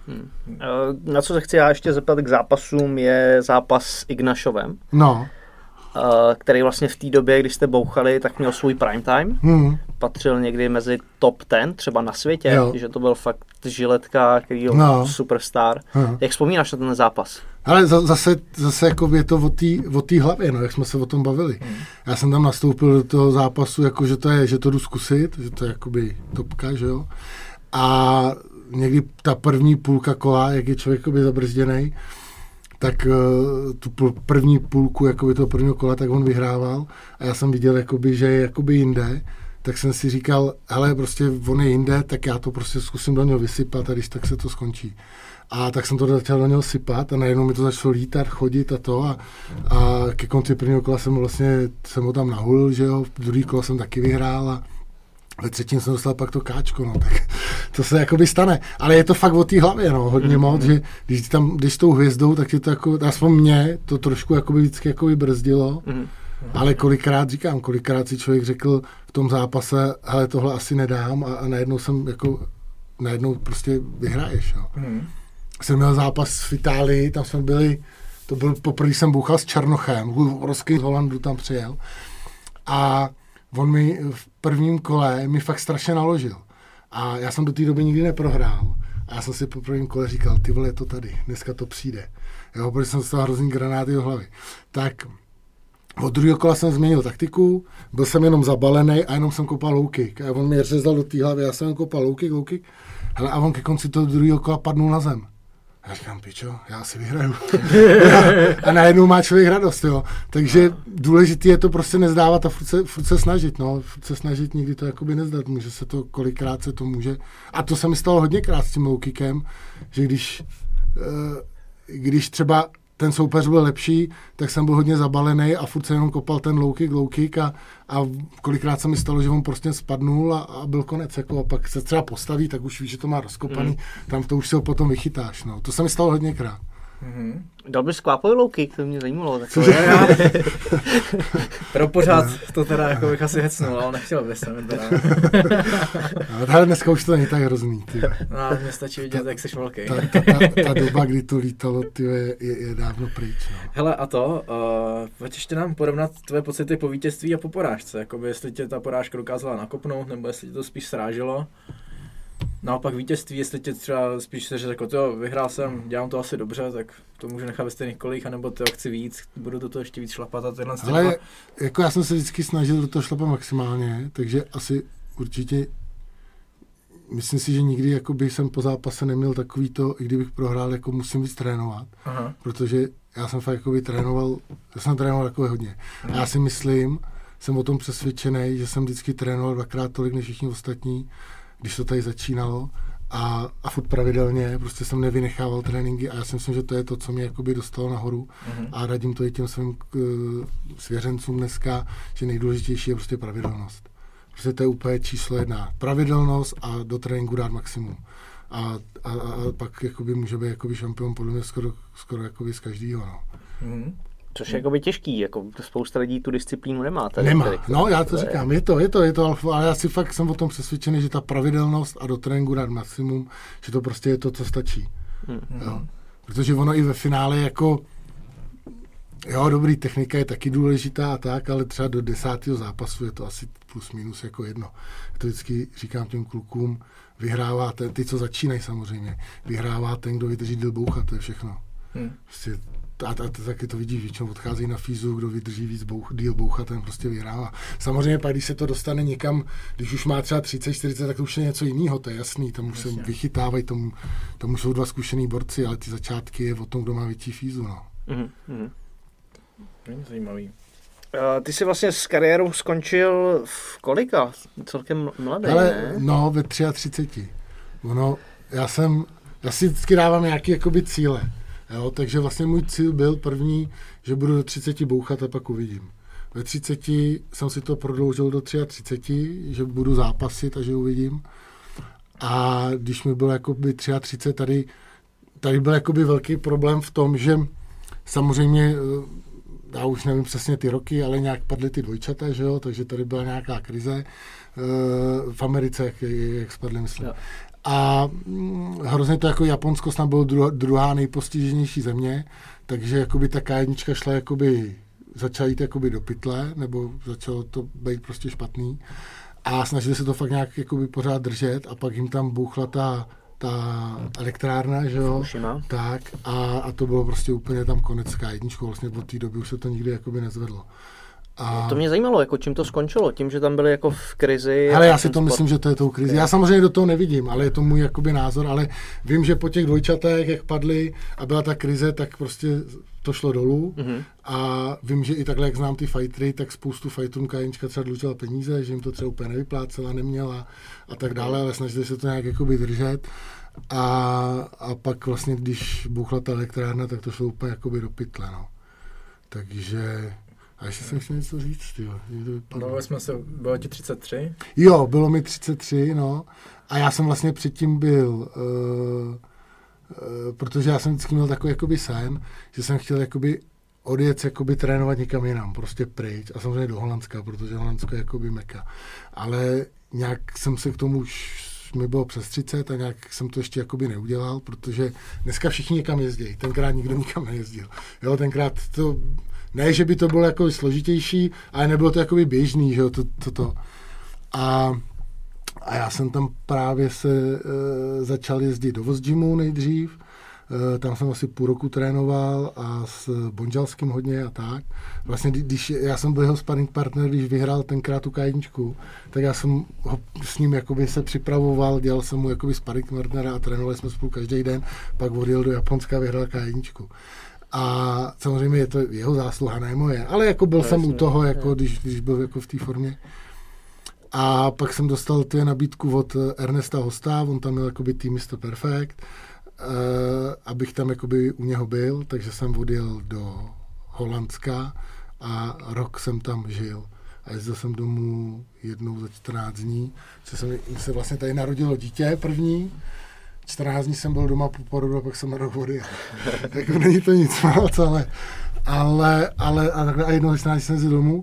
Na co se chci já ještě zeptat k zápasům, je zápas s Ignašovem. No. Který vlastně v té době, když jste bouchali, tak měl svůj prime time. Patřil někdy mezi top 10 třeba na světě, že to byl fakt žiletka, kterýho superstar. Jak vzpomínáš na ten zápas? Ale zase jako je to o té hlavě, no, jak jsme se o tom bavili. Já jsem tam nastoupil do toho zápasu, jako že to jdu zkusit, že to je jakoby topka, že jo. A někdy ta první půlka kola, jak je člověk jakoby zabrzděnej, tak tu první půlku jakoby toho prvního kola, tak on vyhrával a já jsem viděl, jakoby, že je jakoby jinde, tak jsem si říkal, hele, prostě on je jinde, tak já to prostě zkusím do něho vysypat a když tak se to skončí. A tak jsem to začal do něho sypat a najednou mi to začalo lítat, chodit a ke konci prvního kola jsem ho tam nahulil, že jo, v druhý kola jsem taky vyhrál a ve třetím jsem dostal pak to káčko, no, tak to se jakoby stane. Ale je to fakt o té hlavě, no, hodně moc, že když tam jdeš tou hvězdou, tak je to jako, aspoň mě to trošku jakoby vždycky jakoby brzdilo, ale kolikrát si člověk řekl v tom zápase, hele, tohle asi nedám a najednou prostě vyhraješ, jo. Jsem měl zápas v Itálii, tam jsme byli, to byl poprvé jsem bouchal s Černochem, obrovský z Holandu tam přijel a on mi v prvním kole mi fakt strašně naložil. A já jsem do té doby nikdy neprohrál. A já jsem si po prvním kole říkal, ty vole, je to tady, dneska to přijde. Jo, protože jsem dostal hrozný granáty do hlavy. Tak od druhého kola jsem změnil taktiku, byl jsem jenom zabalený a jenom jsem kopal low kick. A on mě řezal do té hlavy, já jsem kopal low kick. Hele, a on ke konci toho druhého kola padnul na zem. Já říkám, pičo, já si vyhraju. A najednou má člověk radost, jo. Takže důležité je to prostě nezdávat a furt se snažit, no. Furt se snažit, nikdy to jakoby nezdat. Může se to, kolikrát se to může. A to se mi stalo hodněkrát s tím low kickem, že když třeba ten soupeř byl lepší, tak jsem byl hodně zabalený a furt se jenom kopal ten low kick a kolikrát se mi stalo, že on prostě spadnul a byl konec. Jako, a pak se třeba postaví, tak už víš, že to má rozkopaný, tam to už se ho potom vychytáš. No. To se mi stalo hodněkrát. Dal bys Kvápovi low kick, to mě zajímalo. Pro pořád to teda jako bych asi hecnul, ale nechtěl bys tam teda. Ale dneska už to není tak hrozný. No, mě stačí vidět, jak jsi velký. Ta doba, kdy to lítalo, je dávno pryč. No. Hele, a to, pojď ještě nám porovnat tvoje pocity po vítězství a po porážce. Jakoby jestli tě ta porážka dokázala nakopnout, nebo jestli tě to spíš sráželo. Naopak vítězství, jestli tě třeba spíš se řekl, jo, vyhrál jsem, dělám to asi dobře, tak to můžu nechat ve stejných kolích, anebo to chci víc, budu do toho ještě víc šlapat a tyhle. Ale jako já jsem se vždycky snažil do toho šlapat maximálně, takže asi určitě myslím si, že nikdy jakoby jsem po zápase neměl takový to, i kdybych prohrál, jako musím víc trénovat, protože já jsem fakt jakoby trénoval jako hodně. A já si myslím, jsem o tom přesvědčený, že jsem vždycky trénoval 2x tolik než všichni ostatní, když to tady začínalo a furt pravidelně, prostě jsem nevynechával tréninky a já si myslím, že to je to, co mě jakoby dostalo nahoru a radím to i těm svým svěřencům dneska, že nejdůležitější je prostě pravidelnost. Prostě to je úplně číslo 1. Pravidelnost a do tréninku dát maximum. A pak jakoby může být jakoby šampion podle mě skoro jakoby z každýho, no. Což je jakoby těžký, jako spousta lidí tu disciplínu nemá. Nemá, no já to říkám, je to, ale já si fakt jsem o tom přesvědčený, že ta pravidelnost a do tréninku dát maximum, že to prostě je to, co stačí. Jo. Protože ono i ve finále jako, jo, dobrý, technika je taky důležitá a tak, ale třeba do 10. zápasu je to asi plus minus jako jedno. Já to vždycky říkám těm klukům, vyhrává ten, ty, co začínají samozřejmě, vyhrává ten, kdo vydrží díl bouchat, to je všechno. Prostě a taky to vidíš, většinou odchází na fízu, kdo vydrží víc díl bouchat, ten prostě vyhrává. Samozřejmě pak, když se to dostane někam, když už má třeba 30, 40, tak to už je něco jiného, to je jasný, tam už se vychytávají, tomu jsou 2 zkušený borci, ale ty začátky je o tom, kdo má větší fízu, no. Zajímavý. Ty jsi vlastně s kariérou skončil v kolika? Celkem mladý, ne? No, ve 33. Já si vždycky dávám nějaké jakoby cíle. Jo, takže vlastně můj cíl byl první, že budu do 30 bouchat a pak uvidím. Ve 30 jsem si to prodloužil do 33, že budu zápasit a že uvidím. A když mi bylo jakoby 33, tady byl jakoby velký problém v tom, že samozřejmě, já už nevím přesně ty roky, ale nějak padly ty dvojčata, že jo, takže tady byla nějaká krize v Americe, jak spadly, myslím. Jo. A hrozně to jako Japonsko snad bylo druhá nejpostiženější země, takže jakoby ta K1 šla jakoby, začala jít jakoby do pytle, nebo začalo to být prostě špatný a snažili se to fakt nějak jakoby pořád držet a pak jim tam bouchla ta elektrárna, že jo, tak a to bylo prostě úplně tam konec K1, vlastně od té doby už se to nikdy jakoby nezvedlo. A to mě zajímalo, jako čím to skončilo, tím, že tam byli jako v krizi. Ale já si to myslím, že to je tou krizi. Já samozřejmě do toho nevidím, ale je to můj jakoby názor, ale vím, že po těch dvojčatech, jak padly a byla ta krize, tak prostě to šlo dolů a vím, že i takhle, jak znám ty fightery, tak spoustu fighterům K1 třeba dlužila peníze, že jim to třeba úplně nevyplácela, neměla a tak dále, ale snažili se to nějak jakoby držet a pak vlastně, když bouchla ta elektrárna, tak to šlo úplně jakoby do pytle, no. Takže a ještě jsem chtěl něco říct, tyjo. Bylo ti 33? Jo, bylo mi 33, no. A já jsem vlastně předtím byl, protože já jsem vždycky měl takový jakoby sen, že jsem chtěl jakoby odjet jakoby trénovat někam jinam, prostě pryč. A samozřejmě do Holandska, protože Holandsko je jakoby meka. Ale nějak jsem se k tomu už mi bylo přes 30 a nějak jsem to ještě jakoby neudělal, protože dneska všichni někam jezdí. Tenkrát nikdo nikam nejezdil. Jo, tenkrát to... Ne, že by to bylo jako složitější, ale nebylo to jakoby běžný, že jo, to. A já jsem tam právě se začal jezdit do Vozgymu nejdřív, tam jsem asi půl roku trénoval a s Bonžalským hodně a tak. Vlastně, když já jsem byl jeho sparring partner, když vyhrál tenkrát tu K1, tak já jsem ho s ním jakoby se připravoval, dělal jsem mu jakoby sparring partnera a trénovali jsme spolu každý den, pak odjel do Japonska a vyhrál K1. A samozřejmě je to jeho zásluha, ne moje, ale jako byl jsem u toho, jako když byl jako v té formě. A pak jsem dostal tu nabídku od Ernesta Hosta, on tam měl jakoby Team Mr. Perfect, abych tam jakoby u něho byl, takže jsem odjel do Holandska a rok jsem tam žil. A jezdil jsem domů jednou za 14 dní, co se vlastně tady narodilo dítě první. 14 dní jsem byl doma po porodu a pak jsem na rok odjel. Jako není to nic moc, ale jednou za 14 jsem jezdil domů.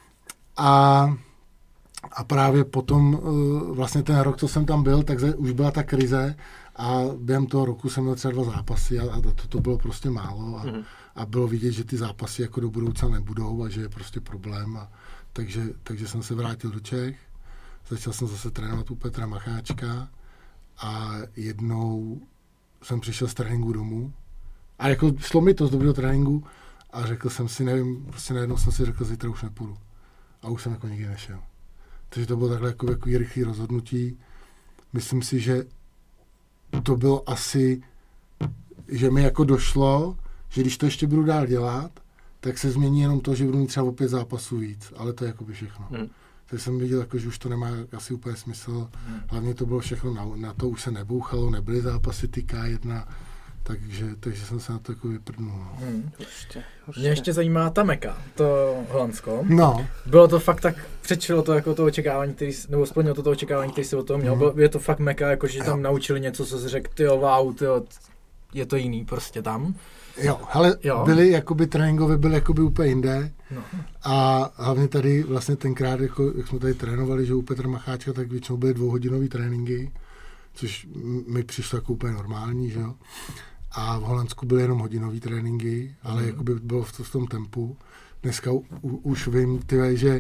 A právě potom vlastně ten rok, co jsem tam byl, tak už byla ta krize a během toho roku jsem měl třeba 2 zápasy a to bylo prostě málo a bylo vidět, že ty zápasy jako do budoucna nebudou a že je prostě problém. Takže jsem se vrátil do Čech, začal jsem zase trénovat u Petra Macháčka a jednou jsem přišel z tréninku domů a jako šlo mi to z dobrého tréninku a řekl jsem si, nevím, prostě najednou jsem si řekl, zítra už nepůjdu a už jsem jako nikdy nešel. Takže to bylo takhle jako rychlé rozhodnutí. Myslím si, že to bylo asi, že mi jako došlo, že když to ještě budu dál dělat, tak se změní jenom to, že budu mít třeba o 5 zápasů víc, ale to je jako by všechno. Tak jsem viděl, jako, že už to nemá asi úplně smysl. Hlavně to bylo všechno, na to už se nebouchalo, nebyly zápasy ty K1, takže jsem se na to jako vyprdnul. Mě ještě zajímá ta Meka, to Holandsko. No. Bylo to fakt tak, předčilo to jako to očekávání, nebo splnilo to očekávání, který si o tom měl. Je to fakt Meka, jako že tam naučili něco, co si řekl, tyjo, wow, tyjo, je to jiný prostě tam. Jo, ale byly jakoby tréninkové, byly jakoby úplně jinde. No. A hlavně tady vlastně tenkrát, jako, jak jsme tady trénovali, že u Petra Macháčka, tak většinou byly 2hodinový tréninky, což mi přišlo jako úplně normální, že jo. A v Holandsku byly jenom hodinový tréninky, ale jakoby bylo v tom tempu. Dneska už vím, tyhle, že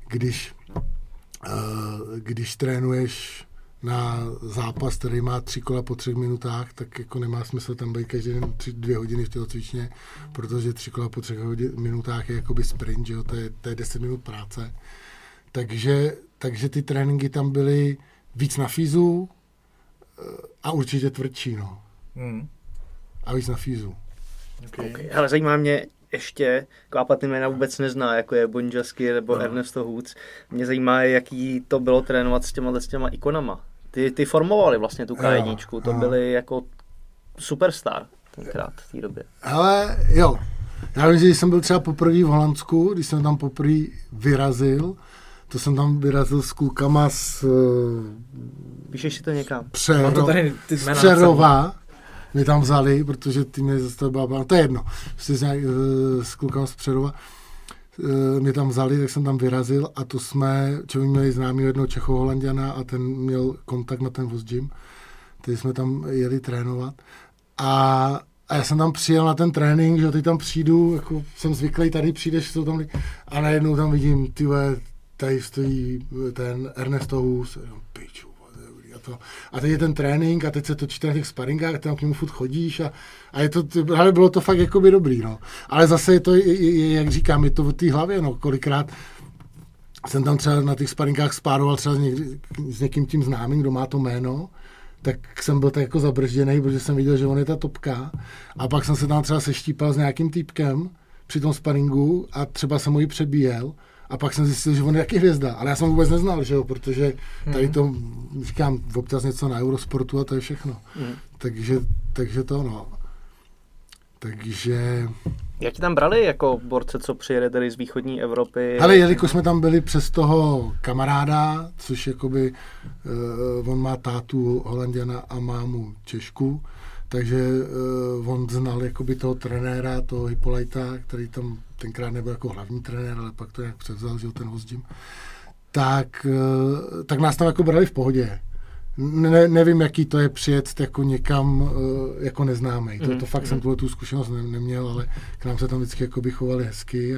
když trénuješ na zápas, který má 3 kola po 3 minutách, tak jako nemá smysl tam být každý den 2 hodiny v tělocvičně, protože 3 kola po 3 minutách je jakoby sprint, že jo, to je 10 minut práce. Takže ty tréninky tam byly víc na fízu a určitě tvrdší, no. A víc na fízu. Okay. Ale zajímá mě ještě, Kvápa jména vůbec nezná, jako je Bonjasky nebo Ernesto Hoods. Mě zajímá, jaký to bylo trénovat s těma ikonama. Ty formovali vlastně tu K1, to byly jako superstar tenkrát v té době. Ale jo, já vím, že když jsem byl třeba poprvé v Holandsku, když jsem tam poprvé vyrazil, to jsem tam vyrazil s klukama z Píšeš si to někam? Přerova. Mě tam vzali, protože ty mě zastavili, to je jedno, s klukama z Přerova, mě tam vzali, tak jsem tam vyrazil a to jsme, měli známý jednoho Čecho-Holanďana a ten měl kontakt na ten Vozgym, takže jsme tam jeli trénovat a já jsem tam přijel na ten trénink, že teď tam přijdu, jako jsem zvyklý, tady přijdeš, jsou tam a najednou tam vidím, tady stojí ten Ernesto Hus, piču. A teď je ten trénink a teď se točíte na těch sparingách, tam k němu furt chodíš a je to, ale bylo to fakt jakoby dobrý, no. Ale zase je to, jak říkám, je to v té hlavě, no. Kolikrát jsem tam třeba na těch sparingách spároval třeba s někým tím známým, kdo má to jméno, tak jsem byl tak jako zabržděnej, protože jsem viděl, že on je ta topka a pak jsem se tam třeba seštípal s nějakým týpkem při tom sparingu a třeba jsem ho ji přebíjel. A pak jsem zjistil, že on je taky hvězda, ale já jsem vůbec neznal, že jo, protože tady to, říkám, občas něco na Eurosportu a to je všechno. Takže to, no. Takže... Jak ti tam brali jako borce, co přijede tady z východní Evropy? Ale jelikož jsme tam byli přes toho kamaráda, což jakoby, on má tátu Holanděna a mámu Češku, takže on znal jakoby toho trenéra, toho Hippolyta, který tam tenkrát nebyl jako hlavní trenér, ale pak to nějak převzal, že ten Vozgym. Tak nás tam jako brali v pohodě. Nevím, jaký to je přijet jako někam jako neznámej. To fakt jsem tu zkušenost neměl, ale k nám se tam vždycky jako by chovali hezky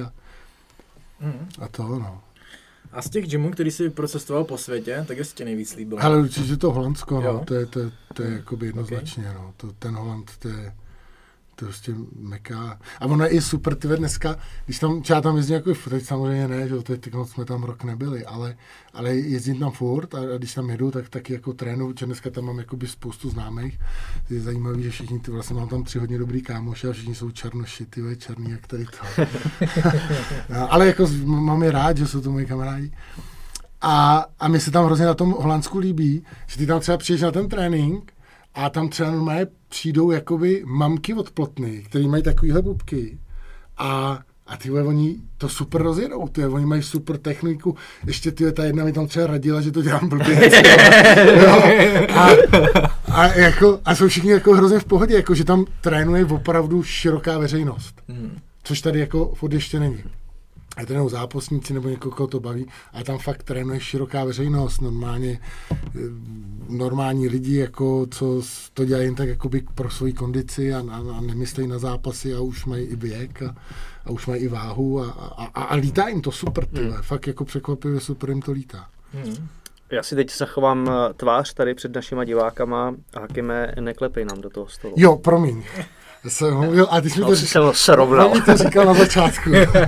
a to, no. A z těch gymů, který jsi procestoval po světě, tak jestli tě nejvíc líbilo? Ale určitě to Holandsko, no, to je jakoby jednoznačně, no. Ten Holand, to je prostě Meka. A ono je i super, dneska, když tam, já tam jezdím jako teď samozřejmě ne, že teď jsme tam rok nebyli, ale jezdím tam furt a když tam jedu, tak taky jako trénu, že dneska tam mám jakoby spoustu známých. Je zajímavý, že všichni, vlastně mám tam 3 hodně dobrý kámoši a všichni jsou černoši, černý, jak tady to. No, ale jako mám je rád, že jsou to moji kamarádi. A mi se tam hrozně na tom Holandsku líbí, že ty tam třeba přijdeš na ten trénink a tam třeba normálně přijdou jakoby mamky od Plotny, který mají takovýhle bubky a tyhle oni to super rozjedou, oni mají super techniku, ještě ta jedna mi tam třeba radila, že to dělám blbě. A jsou všichni jako hrozně v pohodě, jako že tam trénuje opravdu široká veřejnost, což tady jako furt ještě není. A trénují zápasníci nebo někoho, koho to baví, a tam fakt trénuje široká veřejnost, normální lidi, jako, co to dělají jen tak jakoby pro svoji kondici a nemyslejí na zápasy a už mají i věk a už mají i váhu a lítá jim to super, fakt jako překvapivě super jim to lítá. Já si teď zachovám tvář tady před našima divákama a Hakime, neklepej nám do toho stolu. Jo, promiň. Jsem mluvil, a ty jsi mi to říkal na začátku.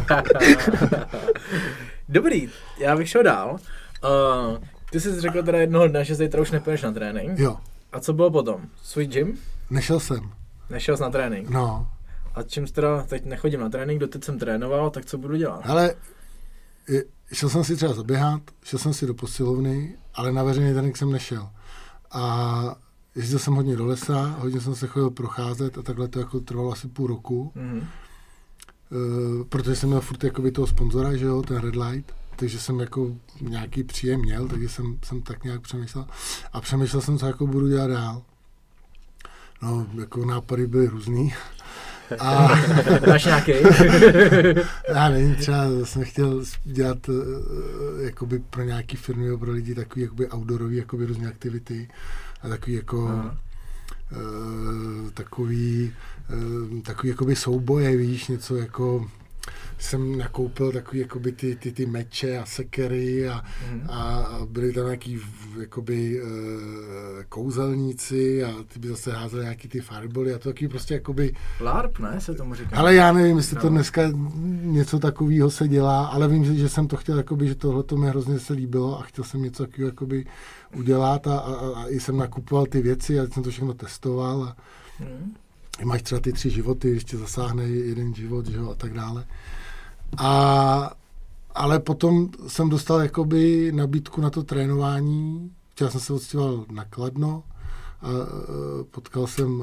Dobrý, já bych šel dál. Ty jsi řekl teda jednoho dne, že zítra už nepůjdeš na trénink. Jo. A co bylo potom? Svůj gym? Nešel jsem. Nešel jsi na trénink? No. A čím teda teď nechodím na trénink, doteď jsem trénoval, tak co budu dělat? Ale šel jsem si třeba zaběhat, šel jsem si do posilovny, ale na veřejný trénink jsem nešel. A jezdil jsem hodně do lesa, hodně jsem se chodil procházet a takhle to jako trvalo asi půl roku. Protože jsem měl furt jakoby toho sponzora, že jo, ten Red Light, takže jsem jako nějaký příjem měl, takže jsem tak nějak přemýšlel. A přemýšlel jsem, co jako budu dělat dál. No, jako nápady byly různý. A máš nějaký? Já nevím, třeba jsem chtěl dělat jakoby pro nějaký firmy, pro lidi takový jakoby outdoorový jakoby různé aktivity a takový jako takový jakoby souboje, víš, něco jako jsem nakoupil takový jakoby ty meče a sekery a byli tam nějaký jakoby kouzelníci a ty by zase házeli nějaký ty firebally a to taky prostě jakoby... LARP, ne, se tomu říká? Ale já nevím, jestli to dneska něco takového se dělá, ale vím, že jsem to chtěl, jakoby, že tohleto mi hrozně se líbilo a chtěl jsem něco takového jakoby udělat a i jsem nakupoval ty věci a jsem to všechno testoval a máš třeba ty 3 životy, ještě zasáhne jeden život, že jo, a tak dále. Ale potom jsem dostal jakoby nabídku na to trénování. Včera jsem se odstěhoval na Kladno a potkal jsem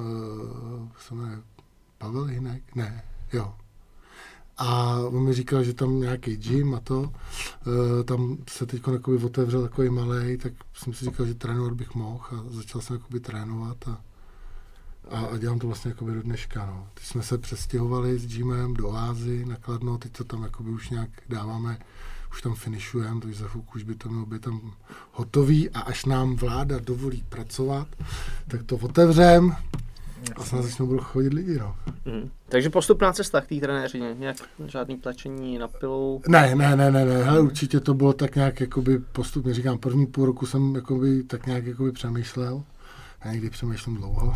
Pavel Hinek? Ne, jo. A on mi říkal, že tam nějaký gym a to, tam se teď otevřel takový malej, tak jsem si říkal, že trénovat bych mohl a začal jsem jakoby trénovat a dělám to vlastně jakoby do dneška, no. Teď jsme se přestěhovali s gymem do Oázy na Kladno, teď to tam jakoby už nějak dáváme, už tam finišujeme, takže za chvilku už by to mělo být tam hotový a až nám vláda dovolí pracovat, tak to otevřem a snad začnou budou chodit lidi, no. Takže postupná cesta k té trenéřině, nějak žádný tlačení na pilu? Ne, hele, určitě to bylo tak nějak jakoby postupně, říkám, první půl roku jsem jakoby tak nějak jakoby přemýšlel, já někdy přemýšlím dlouho.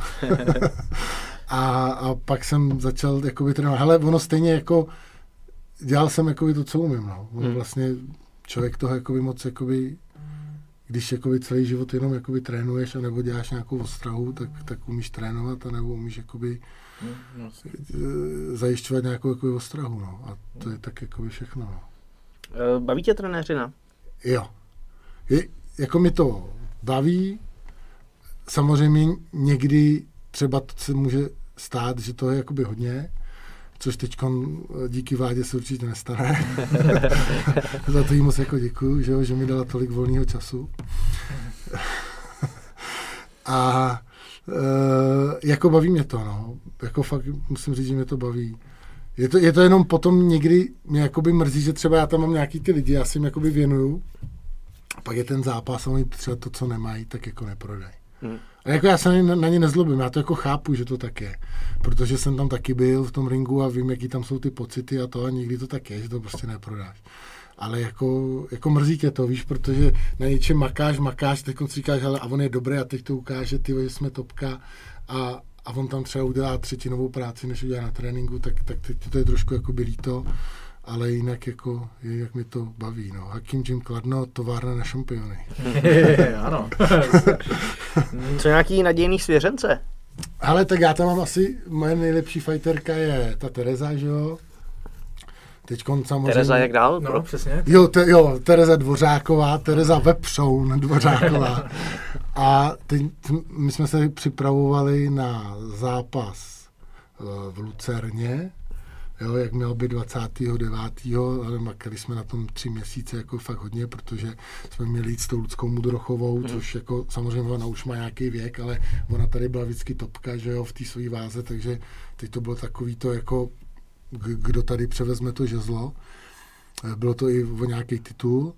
a pak jsem začal jakoby trénovat. Hele, ono stejně jako, dělal jsem jakoby to, co umím, no. Ono vlastně člověk toho jakoby moc jakoby, když jakoby celý život jenom jakoby trénuješ a nebo děláš nějakou ostrahu, tak umíš trénovat a nebo umíš jakoby zajišťovat nějakou jakoby ostrahu, no. A to je tak jakoby všechno, no. Baví tě trenéřina? Jo. Jako mi to baví. Samozřejmě někdy třeba to se může stát, že to je jakoby hodně, což teď díky vládě se určitě nestane. Za to jí moc jako děkuju, že mi dala tolik volného času. A jako baví mě to, no. Jako fakt musím říct, že mě to baví. Je to jenom potom někdy mě jakoby mrzí, že třeba já tam mám nějaký ty lidi, já si jim jakoby věnuju, a pak je ten zápas a oni třeba to, co nemají, tak jako neprodají. A jako já se na ně nezlobím, já to jako chápu, že to tak je, protože jsem tam taky byl v tom ringu a vím, jaký tam jsou ty pocity a to a někdy to tak je, že to prostě neprodáš. Ale jako mrzí tě to, víš, protože na něčem makáš, teď si říkáš, ale a on je dobrý a teď to ukáže, ty, že jsme topka a on tam třeba udělá třetinovou práci, než udělá na tréninku, tak teď to je trošku jakoby líto, ale jinak jako, jak mi to baví, no. Hakim Gym Kladno, továrna na šampiony. Ano. Co nějaký nadějný svěřence? Ale tak já tam mám asi, moje nejlepší fighterka je ta Tereza, že jo? Teďkon samozřejmě... Tereza jak dál? No, přesně. Jo, Tereza Dvořáková, Tereza Vepřoun Dvořáková. A my jsme se připravovali na zápas v Lucerně, jo, jak mělo být 29. ale makali jsme na tom 3 měsíce jako fakt hodně, protože jsme měli jít s tou Ludskou Mudrochovou, což jako samozřejmě ona už má nějaký věk, ale ona tady byla vždycky topka, že jo, v té své váze, takže teď to bylo takový to jako, kdo tady převezme to žezlo. Bylo to i o nějaký titul,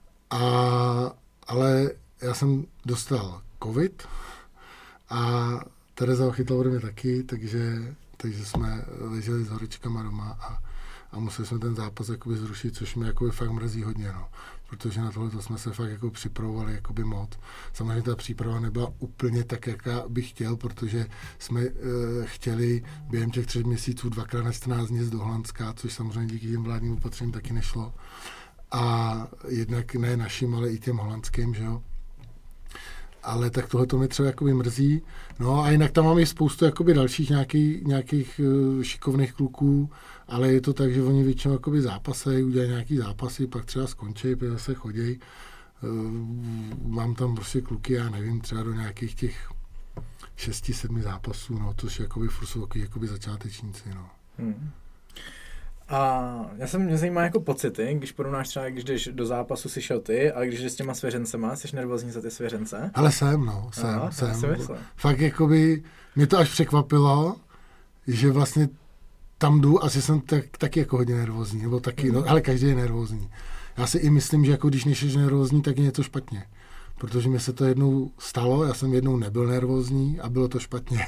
ale já jsem dostal covid a Tereza ho chytla ode mě taky, takže jsme leželi s horečkama doma a museli jsme ten zápas jakoby zrušit, což mě jakoby fakt mrzí hodně, no. Protože na tohle jsme se fakt jako připravovali jakoby moc. Samozřejmě ta příprava nebyla úplně tak, jaká bych chtěl, protože jsme chtěli během těch 3 měsíců 2x na 14 dní do Holandska, což samozřejmě díky těm vládním opatřením taky nešlo. A jednak ne našim, ale i těm holandským, že jo. Ale tak tohle to mě třeba jakoby mrzí. No a jinak tam mám i spoustu jakoby dalších nějakých šikovných kluků, ale je to tak, že oni většinou jakoby zápasejí, udělají nějaký zápasy, pak třeba skončí, pak zase chodějí. Mám tam prostě kluky, já nevím, třeba do nějakých těch 6-7 zápasů, no, což jakoby furt jsou jakoby začátečníci, no. A mě zajímá jako pocity, když porovnáš třeba, když jdeš do zápasu si šel ty, ale když jdeš s těma svěřencema, jsi nervózní za ty svěřence? Ale jsem. Fakt jakoby, mě to až překvapilo, že vlastně tam jdu, asi jsem taky jako hodně nervózní, nebo taky, no, ale každý je nervózní. Já si i myslím, že jako když nejsi nervózní, tak je něco špatně. Protože mi se to jednou stalo, já jsem jednou nebyl nervózní a bylo to špatně.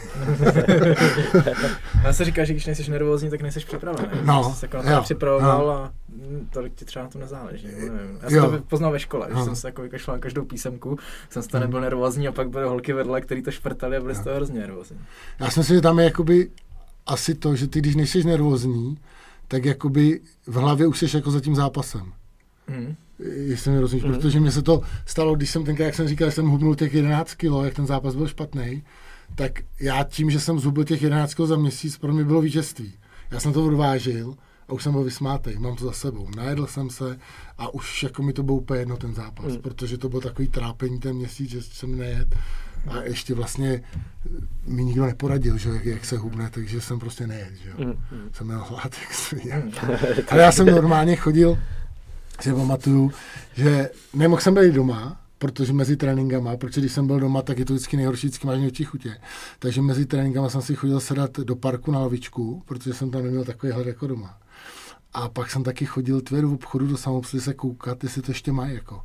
Já se říká, že když nejsi nervózní, tak nejsi připravený. No, jsi se jako na to připravoval a tolik ti třeba na to nezáleží. Já jsem to poznal ve škole, že jsem se jako vykašlal na každou písemku, jsem z toho nebyl nervózní a pak byly holky vedle, který to šprtali a byli z toho hrozně nervózní. Já si myslím, že tam je jakoby asi to, že ty když nejsi nervózní, tak jakoby v hlavě už jsi jako za tím zápasem. Jestli mi rozumíš, protože mi se to stalo, když jsem tenkrát, jak jsem říkal, že jsem hubnul těch 11 kilo, jak ten zápas byl špatný, tak já tím, že jsem zhubil těch 11 kilo za měsíc, pro mě bylo vítězství. Já jsem to odvážil a už jsem byl vysmátej, mám to za sebou. Najedl jsem se a už jako mi to bylo úplně jedno ten zápas, protože to byl takový trápení ten měsíc, že jsem nejet. A ještě vlastně mi nikdo neporadil, že jak se hubne, takže jsem prostě nejet, že jo. Jsem měl hlad, jak svině. Ale já jsem normálně chodil, si pamatuju, že nemohl jsem být doma, protože mezi tréninkama, protože když jsem byl doma, tak je to vždycky nejhorší, vždycky máš něčí chutě. Takže mezi tréninkama jsem si chodil sedat do parku na lavičku, protože jsem tam neměl takový hlad jako doma. A pak jsem taky chodil do obchodu do samoobsluhy se koukat, jestli to ještě mají, jako.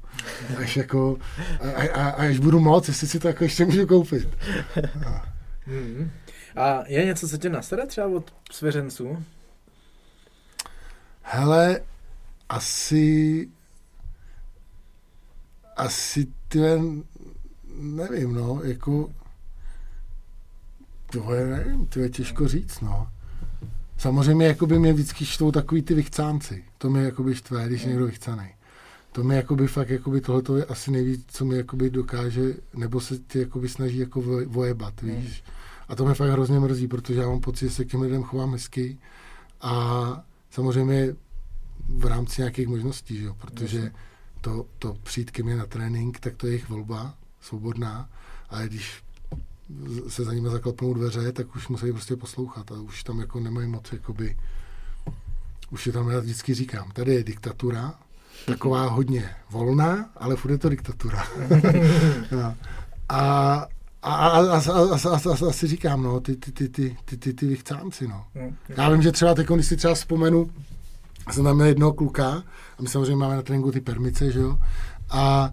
Až budu moc, jestli si to jako ještě můžu koupit. A je něco, co tě nasede třeba od svěřenců? Hele, asi nevím, no, jako to je těžko říct, no. Samozřejmě jakoby mě vždycky štvou takový ty vychcánci. To mě jakoby štve, když je někdo vychcanej. To mě jakoby fakt jakoby tohleto je asi nejvíc, co mi jakoby dokáže, nebo se ti jakoby snaží jako vojebat, víš. A to mě fakt hrozně mrzí, protože já mám pocit, že se k těm lidem chovám hezky a samozřejmě v rámci nějakých možností, že jo, protože to přijít ke mně na trénink, tak to je jejich volba, svobodná, ale když se za nimi zaklapnou dveře, tak už musí prostě poslouchat a už tam jako nemají moc, jakoby, už je tam, já vždycky říkám, tady je diktatura, taková hodně volná, ale furt je to diktatura. No. A asi říkám, no, ty vychcánci, no. Já vím, že třeba teď, když si třeba vzpomenu, jsem tam měl jednoho kluka a my samozřejmě máme na tréninku ty permice, že jo, a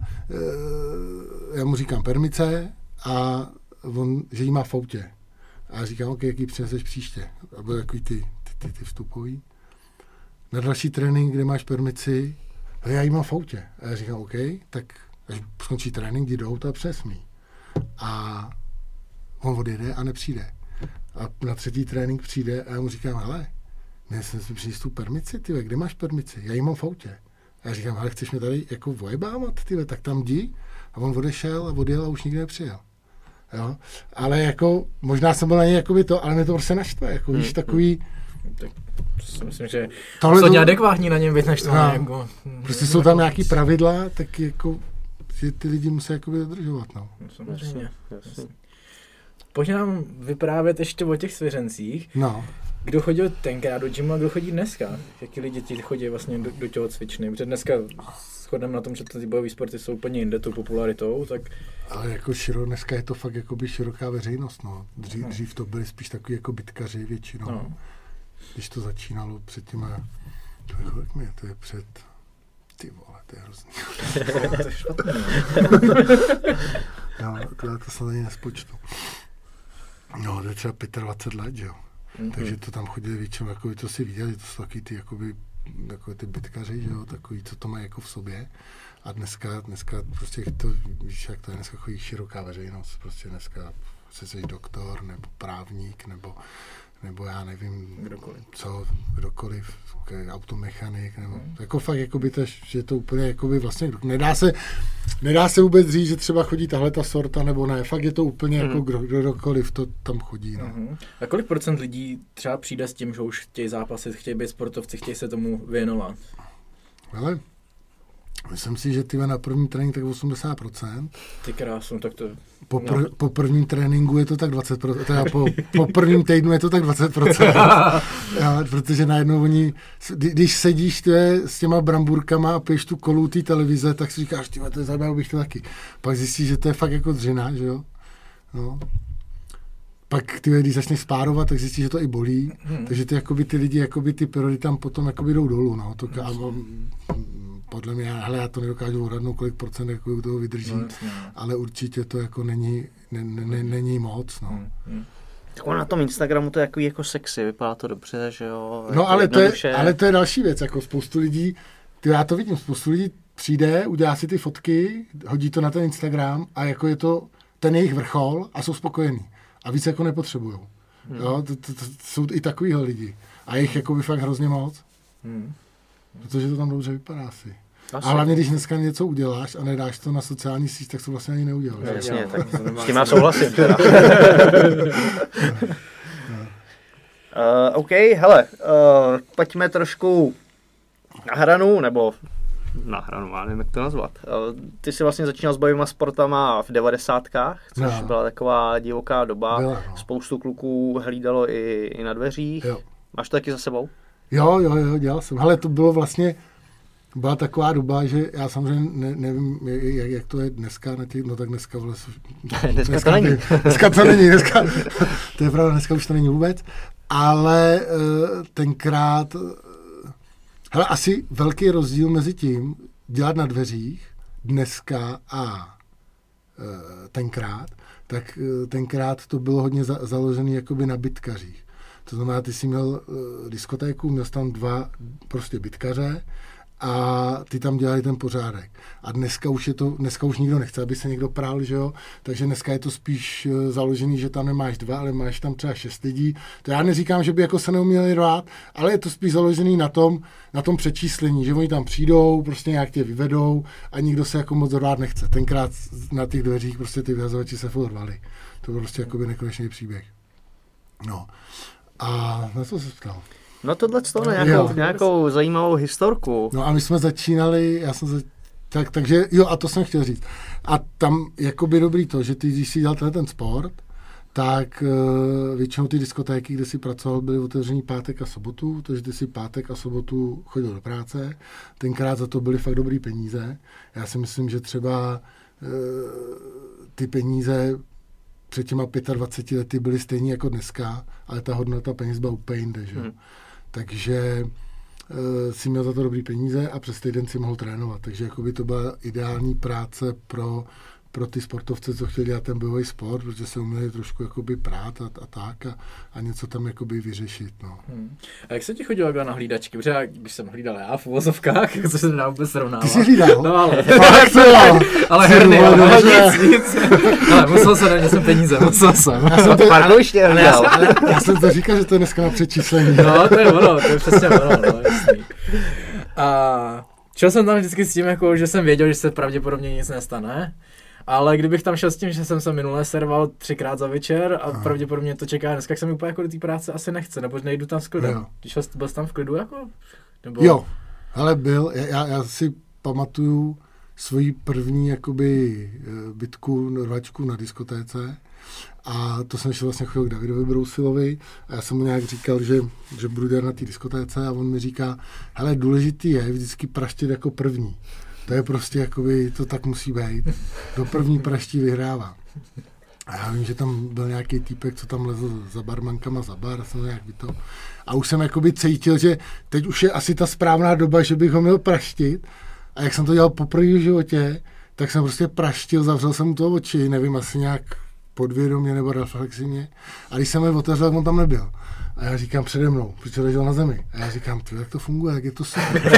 já mu říkám permice a on, že jí má v autě. A já říkám, ok, jaký přineseš příště. A byl takový ty vstupový. Na další trénink, kde máš permici, já jí mám v autě. A já říkám, ok, tak až skončí trénink, jdi do auta a přines mi. A on odjede a nepřijde. A na třetí trénink přijde a já mu říkám, hele, já jsem si přinést tu permici, tyve, kde máš permici? Já jí mám v autě. A já říkám, hele, chceš mě tady jako vojebávat, tyve, tak tam jdi. A on odešel a odjel a už nikdy nepřijel. Jo? Ale jako, možná jsem byl na něj jakoby to, ale mě to prostě naštve, jako víš, takový... Tak si myslím, že to adekvátní na něm být naštvaný. Jako, prostě jsou tam nějaký pravidla, tak jako, že ty lidi musí jakoby dodržovat, no. Samozřejmě. Pojď nám vyprávět ještě o těch svěřencích. No. Kdo chodil tenkrát do gymu a kdo chodí dneska? Jaký lidi ti chodí vlastně do tělocvičny? Protože dneska shodneme na tom, že ty bojové sporty jsou úplně jinde tou popularitou, tak... Ale jako dneska je to fakt jakoby široká veřejnost, no. Dřív to byly spíš takový jako bitkaři většinou. No. Když to začínalo před těma... To je před... Ty vole, to je hrozný. To je špatný, no. To se ani nespočtu. No, to je třeba 25 let, jo. Takže to tam chodili většinou, jako to si viděli, to jsou takový ty, jakoby, takové ty bitkaři, že jo, takový, co to mají jako v sobě. A dneska prostě to, víš, jak to je, dneska chodí široká veřejnost, prostě dneska jsi doktor, nebo právník, nebo já nevím, kdokoliv, automechanik, nebo jako fakt, jakoby že je to úplně, jakoby vlastně, nedá se vůbec říct, že třeba chodí tahle ta sorta, nebo ne, fakt je to úplně jako kdokoliv to tam chodí, no. A kolik procent lidí třeba přijde s tím, že už chtějí zápasit, chtějí být sportovci, chtějí se tomu věnovat? Hele, myslím si, že na první trénink tak 80%. Ty krásno, tak to... Po prvním tréninku je to tak 20%, teda po prvním týdnu je to tak 20%. Já, protože najednou oni, když sedíš s těma bramburkama a piješ tu kolu té televize, tak si říkáš, to je zajímavé, bych to taky. Pak zjistíš, že to je fakt jako dřina, že jo? No. Pak když začneš spárovat, tak zjistíš, že to i bolí. Takže ty lidi, ty pyrody tam potom jdou dolů, no. Podle mě, já to nedokážu odhadnout, kolik procent jako toho vydrží, ale určitě to jako není moc, no. Tak na tom Instagramu to je jako sexy, vypadá to dobře, že jo. No ale to je další věc, jako spoustu lidí, já to vidím, spoustu lidí přijde, udělá si ty fotky, hodí to na ten Instagram a jako je to ten jejich vrchol a jsou spokojení. A víc jako nepotřebujou. Jo, to jsou i takovýhle lidi. A jich jako by fakt hrozně moc. Protože to tam dobře vypadá asi. A hlavně, když dneska něco uděláš a nedáš to na sociální síť, tak to vlastně ani neuděláš. Jasně, tak s tím já souhlasím. OK, hele, pojďme trošku na hranu, já nevím, jak to nazvat. Ty jsi vlastně začínal s bojovýma sportama v 90kách, což byla taková divoká doba. Spoustu kluků hlídalo i na dveřích. Jo. Máš to taky za sebou? Jo, dělal jsem. Hele, to bylo vlastně, byla taková doba, že já samozřejmě nevím, jak to je dneska na těch, no tak dneska vlastně... Dneska to není. To je pravda, dneska už to není vůbec, ale tenkrát, hele, asi velký rozdíl mezi tím, dělat na dveřích dneska a tenkrát, tak tenkrát to bylo hodně založené jakoby na bitkařích. To znamená, ty jsi měl diskotéku, měl jsi tam 2 prostě bitkaře a ty tam dělali ten pořádek. A dneska už nikdo nechce, aby se někdo prál, že jo? Takže dneska je to spíš založený, že tam nemáš 2, ale máš tam třeba 6 lidí. To já neříkám, že by jako se neuměli rvát, ale je to spíš založený na tom přečíslení, že oni tam přijdou, prostě nějak tě vyvedou a nikdo se jako moc rvát nechce. Tenkrát na těch dveřích prostě ty vyhazovači se furt rvali. To byl prostě jakoby nekonečný příběh. No. A na co se ptal? No tohle nějakou zajímavou historku. No a my jsme začínali, takže jo, a to jsem chtěl říct. A tam jakoby dobrý to, že ty, když jsi dělal ten sport, tak většinou ty diskotéky, kde jsi pracoval, byly otevřený pátek a sobotu, takže ty si pátek a sobotu chodil do práce. Tenkrát za to byly fakt dobrý peníze. Já si myslím, že třeba ty peníze před těma 25 lety byly stejný jako dneska, ale ta hodnota peněz byla úplně jinde, že? Takže si měl za to dobrý peníze a přes týden si mohl trénovat. Takže jakoby to byla ideální práce pro ty sportovce, co chtěli dělat ten bojový sport, protože se uměli trošku jakoby prát a tak a něco tam jakoby vyřešit. No. A jak se ti chodilo na hlídačky? Protože když jsem hlídal já v uvozovkách, co se nedá vůbec srovnávat. Ty jsi hlídal? No ale herný, nic. Ale musel jsem, že jsem peníze, musel jsem. Já jsem to říkal, že to je dneska na přečíslení. No, to je přesně ono, no, jasný. A šel jsem tam vždycky s tím, jako, že jsem věděl, že se pravděpodobně nic nestane. Ale kdybych tam šel s tím, že jsem se minule serval 3krát za večer a pravděpodobně to čeká dneska, jak se mi úplně jako do té práce asi nechce, nebo nejdu tam s klidem. Když byl jsi tam v klidu jako? Nebo... Jo, ale byl, já si pamatuju svoji první jakoby bitku, rvačku na diskotéce a to jsem šel vlastně chodil k Davidovi Brousilovi a já jsem mu nějak říkal, že budu dělat na té diskotéce a on mi říká, hele, důležitý je vždycky praštit jako první. To je prostě jakoby, to tak musí být. Do první praští vyhrává. A já vím, že tam byl nějaký týpek, co tam lezl za barmankama za bar, a jsem nějak to. A už jsem jakoby cítil, že teď už je asi ta správná doba, že bych ho měl praštit. A jak jsem to dělal poprvé v životě, tak jsem prostě praštil, zavřel jsem mu to oči, nevím, asi nějak podvědomě nebo reflexivně. A když jsem je otevřel, tak on tam nebyl. A já říkám přede mnou, protože ležel na zemi. A já říkám, jak to funguje, jak je to super.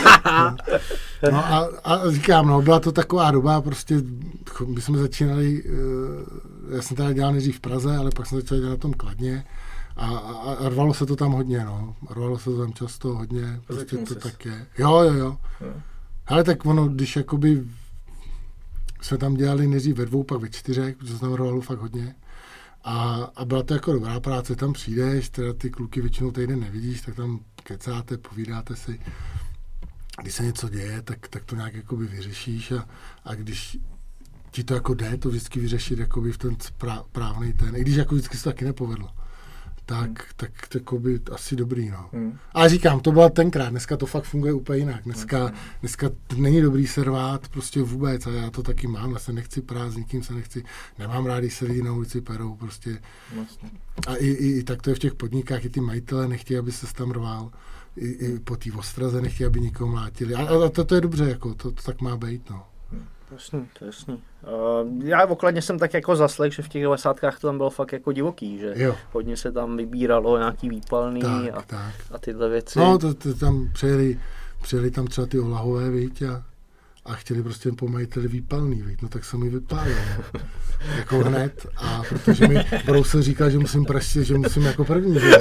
No a říkám, no, byla to taková doba, prostě my jsme začínali, já jsem teda dělal nejdřív v Praze, ale pak jsem začal dělat na tom Kladně A rvalo se to tam hodně, no. Rvalo se to tam často hodně, prostě to tak je. Jo. Ale tak ono, když jakoby jsme tam dělali nejdřív ve 2, pak ve 4, protože se tam rvalo fakt hodně. A byla to jako dobrá práce, tam přijdeš, teda ty kluky většinou týden nevidíš, tak tam kecáte, povídáte si. Když se něco děje, tak to nějak jakoby vyřešíš a když ti to jako jde, to vždycky vyřešit jakoby v ten správný ten, i když jako vždycky se taky nepovedlo. Tak jakoby asi dobrý, no. Ale říkám, to byla tenkrát, dneska to fakt funguje úplně jinak. Dneska není dobrý se rvát prostě vůbec a já to taky mám, já se nechci prát, s nikým se nechci, nemám rád, když se lidi na ulici perou prostě. A i tak to je v těch podnikách, i ty majitele nechtějí, aby se tam rval, i po té ostraze nechtějí, aby nikoho mlátili. A to je dobře, jako, to tak má být, no. To jasný. Já okladně jsem tak jako zaslech, že v těch 90kách to tam bylo fakt jako divoký, že jo. Hodně se tam vybíralo nějaký výpalný a tyhle věci. No, to tam přijeli tam třeba ty Olahové, viď, a chtěli prostě po majiteli výpalný, viď, no tak jsem mi vypálil, no. Jako hned, a protože mi Brousel říkal, že musím praštit, že musím jako první, že?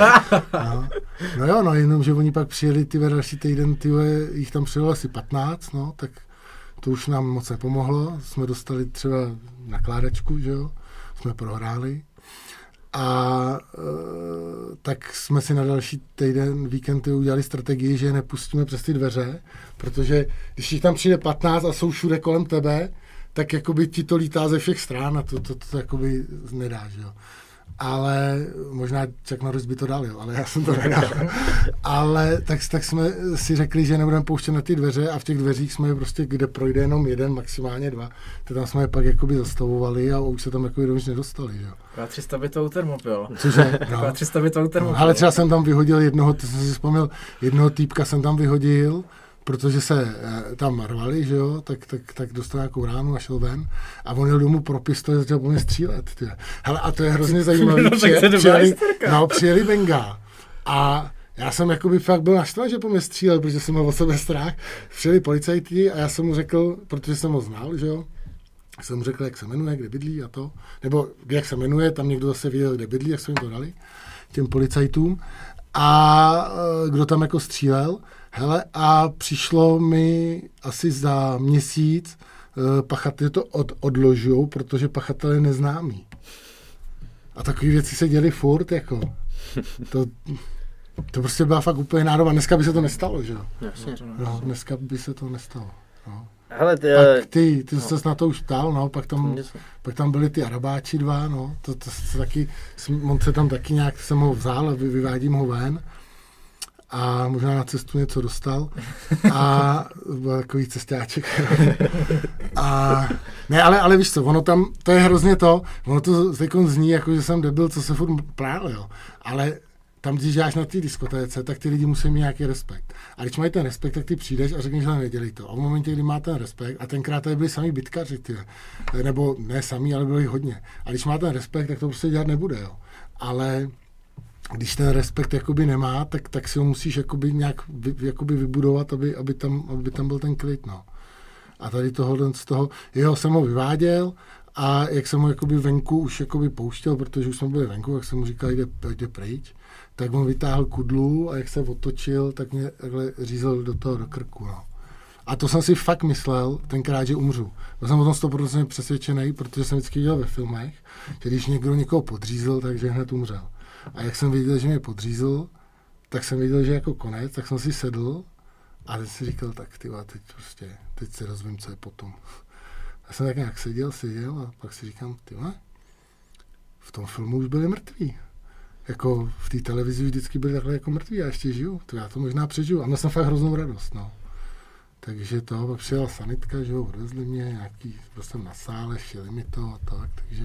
No jo, no jenom, že oni pak přijeli další týden, jich tam přijelo asi 15, no, tak to už nám moc nepomohlo, jsme dostali třeba nakládačku, že jo, jsme prohráli a tak jsme si na další víkend udělali strategii, že je nepustíme přes ty dveře, protože když jich tam přijde 15 a jsou všude kolem tebe, tak jakoby ti to lítá ze všech stran a to jakoby nedá, že jo. Ale možná Chuck Norris by to dal, jo, ale já jsem to nedal. Ale tak jsme si řekli, že nebudeme pouštět na ty dveře a v těch dveřích jsme prostě, kde projde jenom jeden, maximálně 2, tak tam jsme je pak jakoby zastavovali a už se tam jakoby dovnitř nedostali, jo. 300 bitovou termopil. Cože? No. 300 bitovou termopil. Ale třeba jsem tam vyhodil jednoho, to jsem si vzpomněl, jednoho týpka jsem tam vyhodil, protože se tam rvali, že jo, tak dostal nějakou ránu a šel ven a on jel domů pro pistoli a začal po mě střílet. Tyhle. Hele, a to je hrozně zajímavé. Přijeli Benga a já jsem jakoby fakt byl naštvaný, že po mě střílel, protože jsem měl o sebe strach. Přijeli policajti a já jsem mu řekl, protože jsem ho znal, že jo, jsem mu řekl, jak se jmenuje, kde bydlí a to, nebo jak se jmenuje, tam někdo zase věděl, kde bydlí, jak jsme jim to dali, těm policajtům. A kdo tam jako střílel. Hele, a přišlo mi asi za měsíc, pachatelé to odložujou, protože pachatel je neznámý. A takové věci se děly furt, jako. To prostě byla fakt úplně nádoba. Dneska by se to nestalo, že jo? No, dneska by se to nestalo. No. Hele, ty jsi na to už ptal, no, pak tam byli ty Arabáči 2, no, to taky, on se tam taky nějak, jsem ho vzal a vyvádím ho ven a možná na cestu něco dostal a byl takový cestáček. A ne, ale víš co, ono tam, to je hrozně ono to zní jako, že jsem debil, co se furt prálil, ale tam, když jdeš na té diskotéce, tak ty lidi musí mít nějaký respekt. A když mají ten respekt, tak ty přijdeš a řekneš, že nedělej to. A v momentě, kdy má ten respekt, a tenkrát tady byli sami bitkaři, nebo ne sami, ale byli hodně. A když má ten respekt, tak to prostě dělat nebude, jo. Ale když ten respekt jakoby nemá, tak si ho musíš jakoby nějak jakoby vybudovat, aby tam byl ten klid, no. A tady z toho, jsem ho vyváděl, a jak jsem ho jakoby venku už jakoby pouštěl, protože už jsme byli venku, jak jsem mu říkal, jde pryč, tak on vytáhl kudlu a jak se otočil, tak mě takhle řízel do krku. No. A to jsem si fakt myslel tenkrát, že umřu. Byl jsem o tom 100% přesvědčený, protože jsem vždycky dělal ve filmech, že když někdo někoho podřízl, takže hned umřel. A jak jsem viděl, že mě podřízl, tak jsem viděl, že jako konec, tak jsem si sedl a teď si říkal, tak teď si rozvím, co je potom. Já jsem tak nějak seděl a pak si říkám, v tom filmu už byli mrtví. Jako v té televizi vždycky byli takhle jako mrtví, já ještě žiju, já to možná přežiju. A měl jsem fakt hroznou radost, no. Takže pak přijela sanitka, že jo, odvezli mě, nějaký, byl jsem na sále, šili mi to a tak, takže...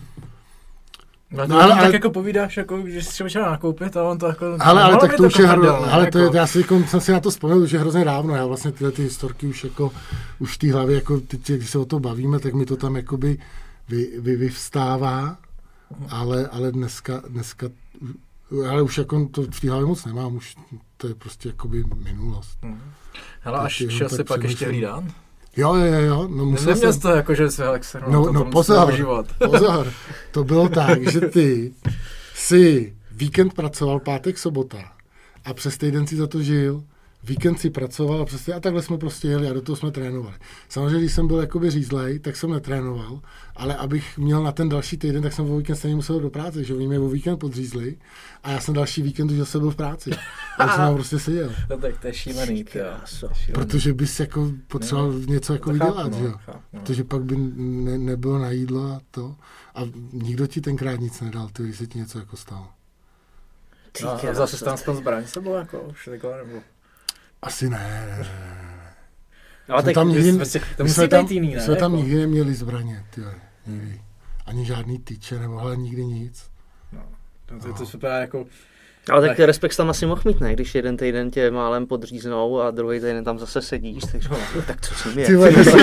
No, ale tak jako povídáš, jako, že jsi třeba šel nakoupit a on to jako... Ale tak to už je já jsem si na to vzpomněl, už je hrozně dávno, já vlastně tyhle ty historky už jako, už v té hlavě, jako teď, když se o to bavíme, tak mi to tam jakoby vyvstává, ale dneska, ale už jako to v té hlavě moc nemám, už to je prostě jakoby minulost. Hele, až šel si pak ještě hlídán? Jo, no musel jsem... to jako, že se Alex pozor, to bylo tak, že ty si víkend pracoval, pátek, sobota a přes týden si za to žil, víkend si pracoval a takhle jsme prostě jeli a do toho jsme trénovali. Samozřejmě, když jsem byl jakoby řízlej, tak jsem netrénoval, ale abych měl na ten další týden, tak jsem o víkend stejně musel do práce, že oni mě o víkend podřízli a já jsem další víkend už zase byl v práci. A jsem tam prostě seděl. No tak to je šílený, Protože bys jako potřeboval něco jako vydělat, že jo? Protože pak by nebylo na jídlo a to. A nikdo ti tenkrát nic nedal, když se ti něco jako stalo. No, a zase tam aspoň zbraň sebou, jako už takhle, nebo... Asi ne. Ale tak jsme tam nikdy neměli zbraně, nikdy. Ani žádný tyče, nebo ale nikdy nic. To vypadá jako... Ale tak respekt tam asi mohl mít, ne? Když jeden týden tě málem podříznou a druhý týden tam zase sedíš, tak co s ním je?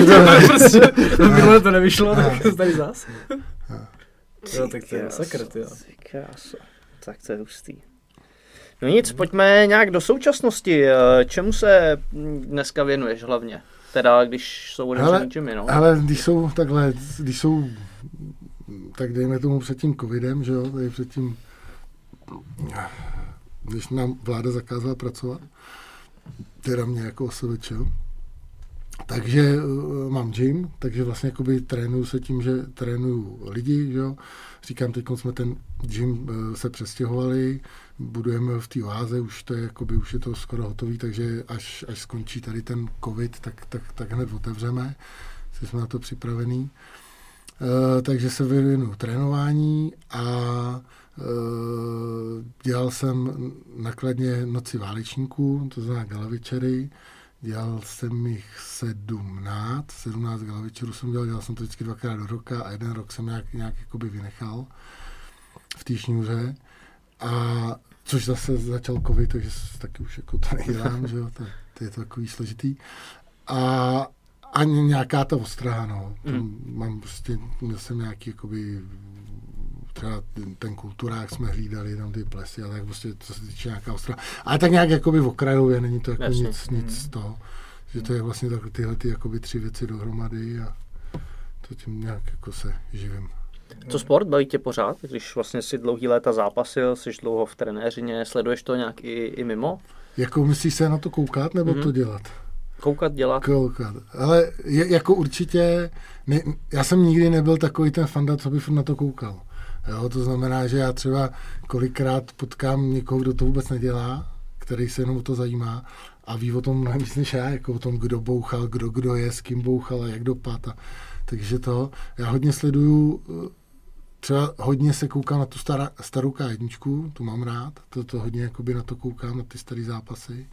To nevyšlo, tak tady zase. Jo, tak to je sakr, jo. Tak to je hustý. No nic, pojďme nějak do současnosti. Čemu se dneska věnuješ hlavně? Teda, když jsou otevřený gymy, no? Ale když jsou, tak dejme tomu před tím covidem, že jo, tady před tím, když nám vláda zakázala pracovat, teda mě jako OSVČ, takže mám gym, takže vlastně jakoby trénuju se tím, že trénuju lidi, že jo. Říkám, teď jsme ten gym se přestěhovali, budujeme v té oáze, už to je, jakoby, už je to skoro hotový, takže až skončí tady ten covid, tak hned otevřeme, jsme na to připravení. Takže se věnuju trénování a dělal jsem nakladně noci válečníků, to znamená gala večery. Dělal jsem jich 17 gala večerů jsem dělal jsem to vždycky 2krát do roka a jeden rok jsem nějak jakoby vynechal v té šňůře. A což zase začal covid, takže taky už jako to nedělám, že jo, to je to takový složitý. A nějaká ta ostraha, no. Mám prostě, měl jsem nějaký jakoby, třeba ten kulturák jsme hlídali, tam ty plesy a tak prostě, co se týče nějaká ostraha. Ale tak nějak jakoby okrajově, není to jako nic z toho. Že to je vlastně tyhle jakoby 3 věci dohromady a to tím nějak jako se živím. Co sport baví tě pořád, když vlastně si dlouhý léta zápasil, jsi dlouho v trenéřině, sleduješ to nějak i mimo? Jako myslíš se na to koukat nebo to dělat? Koukat, dělat. Ale jako určitě, já jsem nikdy nebyl takový ten fanda, co by na to koukal. Jo, to znamená, že já třeba kolikrát potkám někoho, kdo to vůbec nedělá, který se jenom o to zajímá a ví o tom mnohem víc než já, jako o tom, kdo bouchal, kdo je, s kým bouchal a jak dopad. Takže já hodně sleduju, třeba hodně se koukám na tu starou K1, tu mám rád, to hodně jakoby na to koukám, na ty staré zápasy.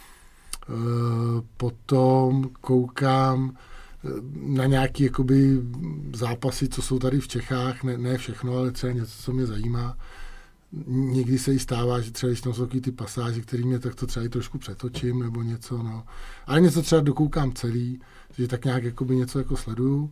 Potom koukám na nějaké jakoby zápasy, co jsou tady v Čechách, ne všechno, ale třeba něco, co mě zajímá. Někdy se jí stává, že třeba když tam jsou takový ty pasáže, který mě tak to třeba i trošku přetočím nebo něco, no. Ale něco třeba dokoukám celý, že tak nějak jakoby něco jako sleduju.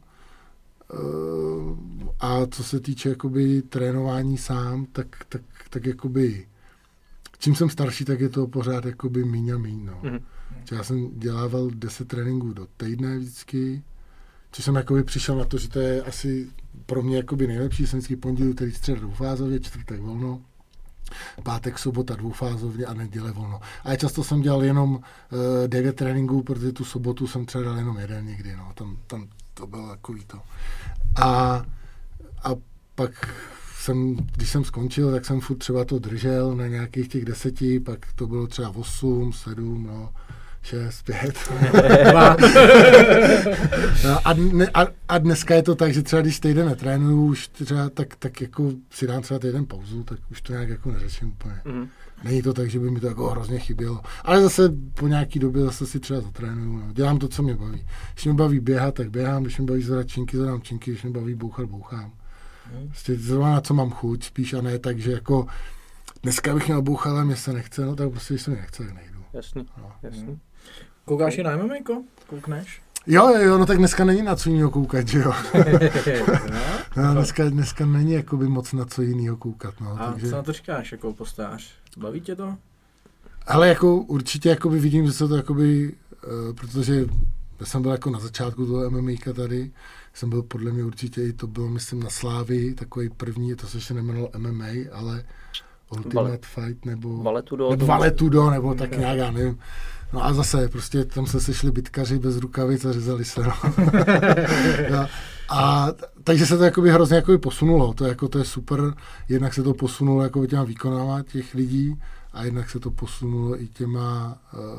A co se týče jakoby trénování sám, tak jakoby čím jsem starší, tak je to pořád jakoby míň a míň, no. Já jsem dělával 10 tréninků do týdne vždycky, což jsem jakoby přišel na to, že to je asi pro mě jakoby nejlepší. Jsem vždycky pondělí, úterý, středa dvoufázově, čtvrtek volno, pátek, sobota dvoufázově a neděle volno. A často jsem dělal jenom 9 tréninků, protože tu sobotu jsem třeba dal jenom jeden někdy, no. Tam to bylo takový to. A pak když jsem skončil, tak jsem furt třeba to držel na nějakých těch 10, pak to bylo třeba 8, 7, no, 6, 5, 2. No, a dneska je to tak, že třeba když týden netrénuju, už třeba tak jako si dám třeba týden pauzu, tak už to nějak jako neřeším úplně. Není to tak, že by mi to jako hrozně chybělo. Ale zase po nějaký době zase si třeba zatrénuju. No. Dělám to, co mě baví. Když mě baví běhat, tak běhám, když mě baví zvedat činky, zvedám činky, když mě baví bouchat, bouchám. Prostě zrovna na co mám chuť, spíš a ne tak, že jako dneska bych měl bouchat, ale mě se nechce, no tak prostě, když se mi nechce, tak nejdu. Jasně. Koukáš i na MMAko? Koukneš? Jo, no tak dneska není na co jiného koukat, že jo. No, dneska není jakoby moc na co jiného koukat, no. A takže... co na to říkáš jako postář? Baví tě to? Ale jako určitě jakoby vidím, že se to jakoby, protože já jsem byl jako na začátku toho MMAka tady, jsem byl podle mě určitě, i to bylo myslím na Slávii, takový první, to se ještě nejmenovalo MMA, ale Ultimate Fight, nebo Valetudo, nebo tak nějak, já nevím. No a zase, prostě tam se sešli bitkaři bez rukavic a řezali se, no. No. A takže se to jakoby hrozně jakoby posunulo, to je super, jednak se to posunulo jakoby těma výkonama těch lidí a jednak se to posunulo i těma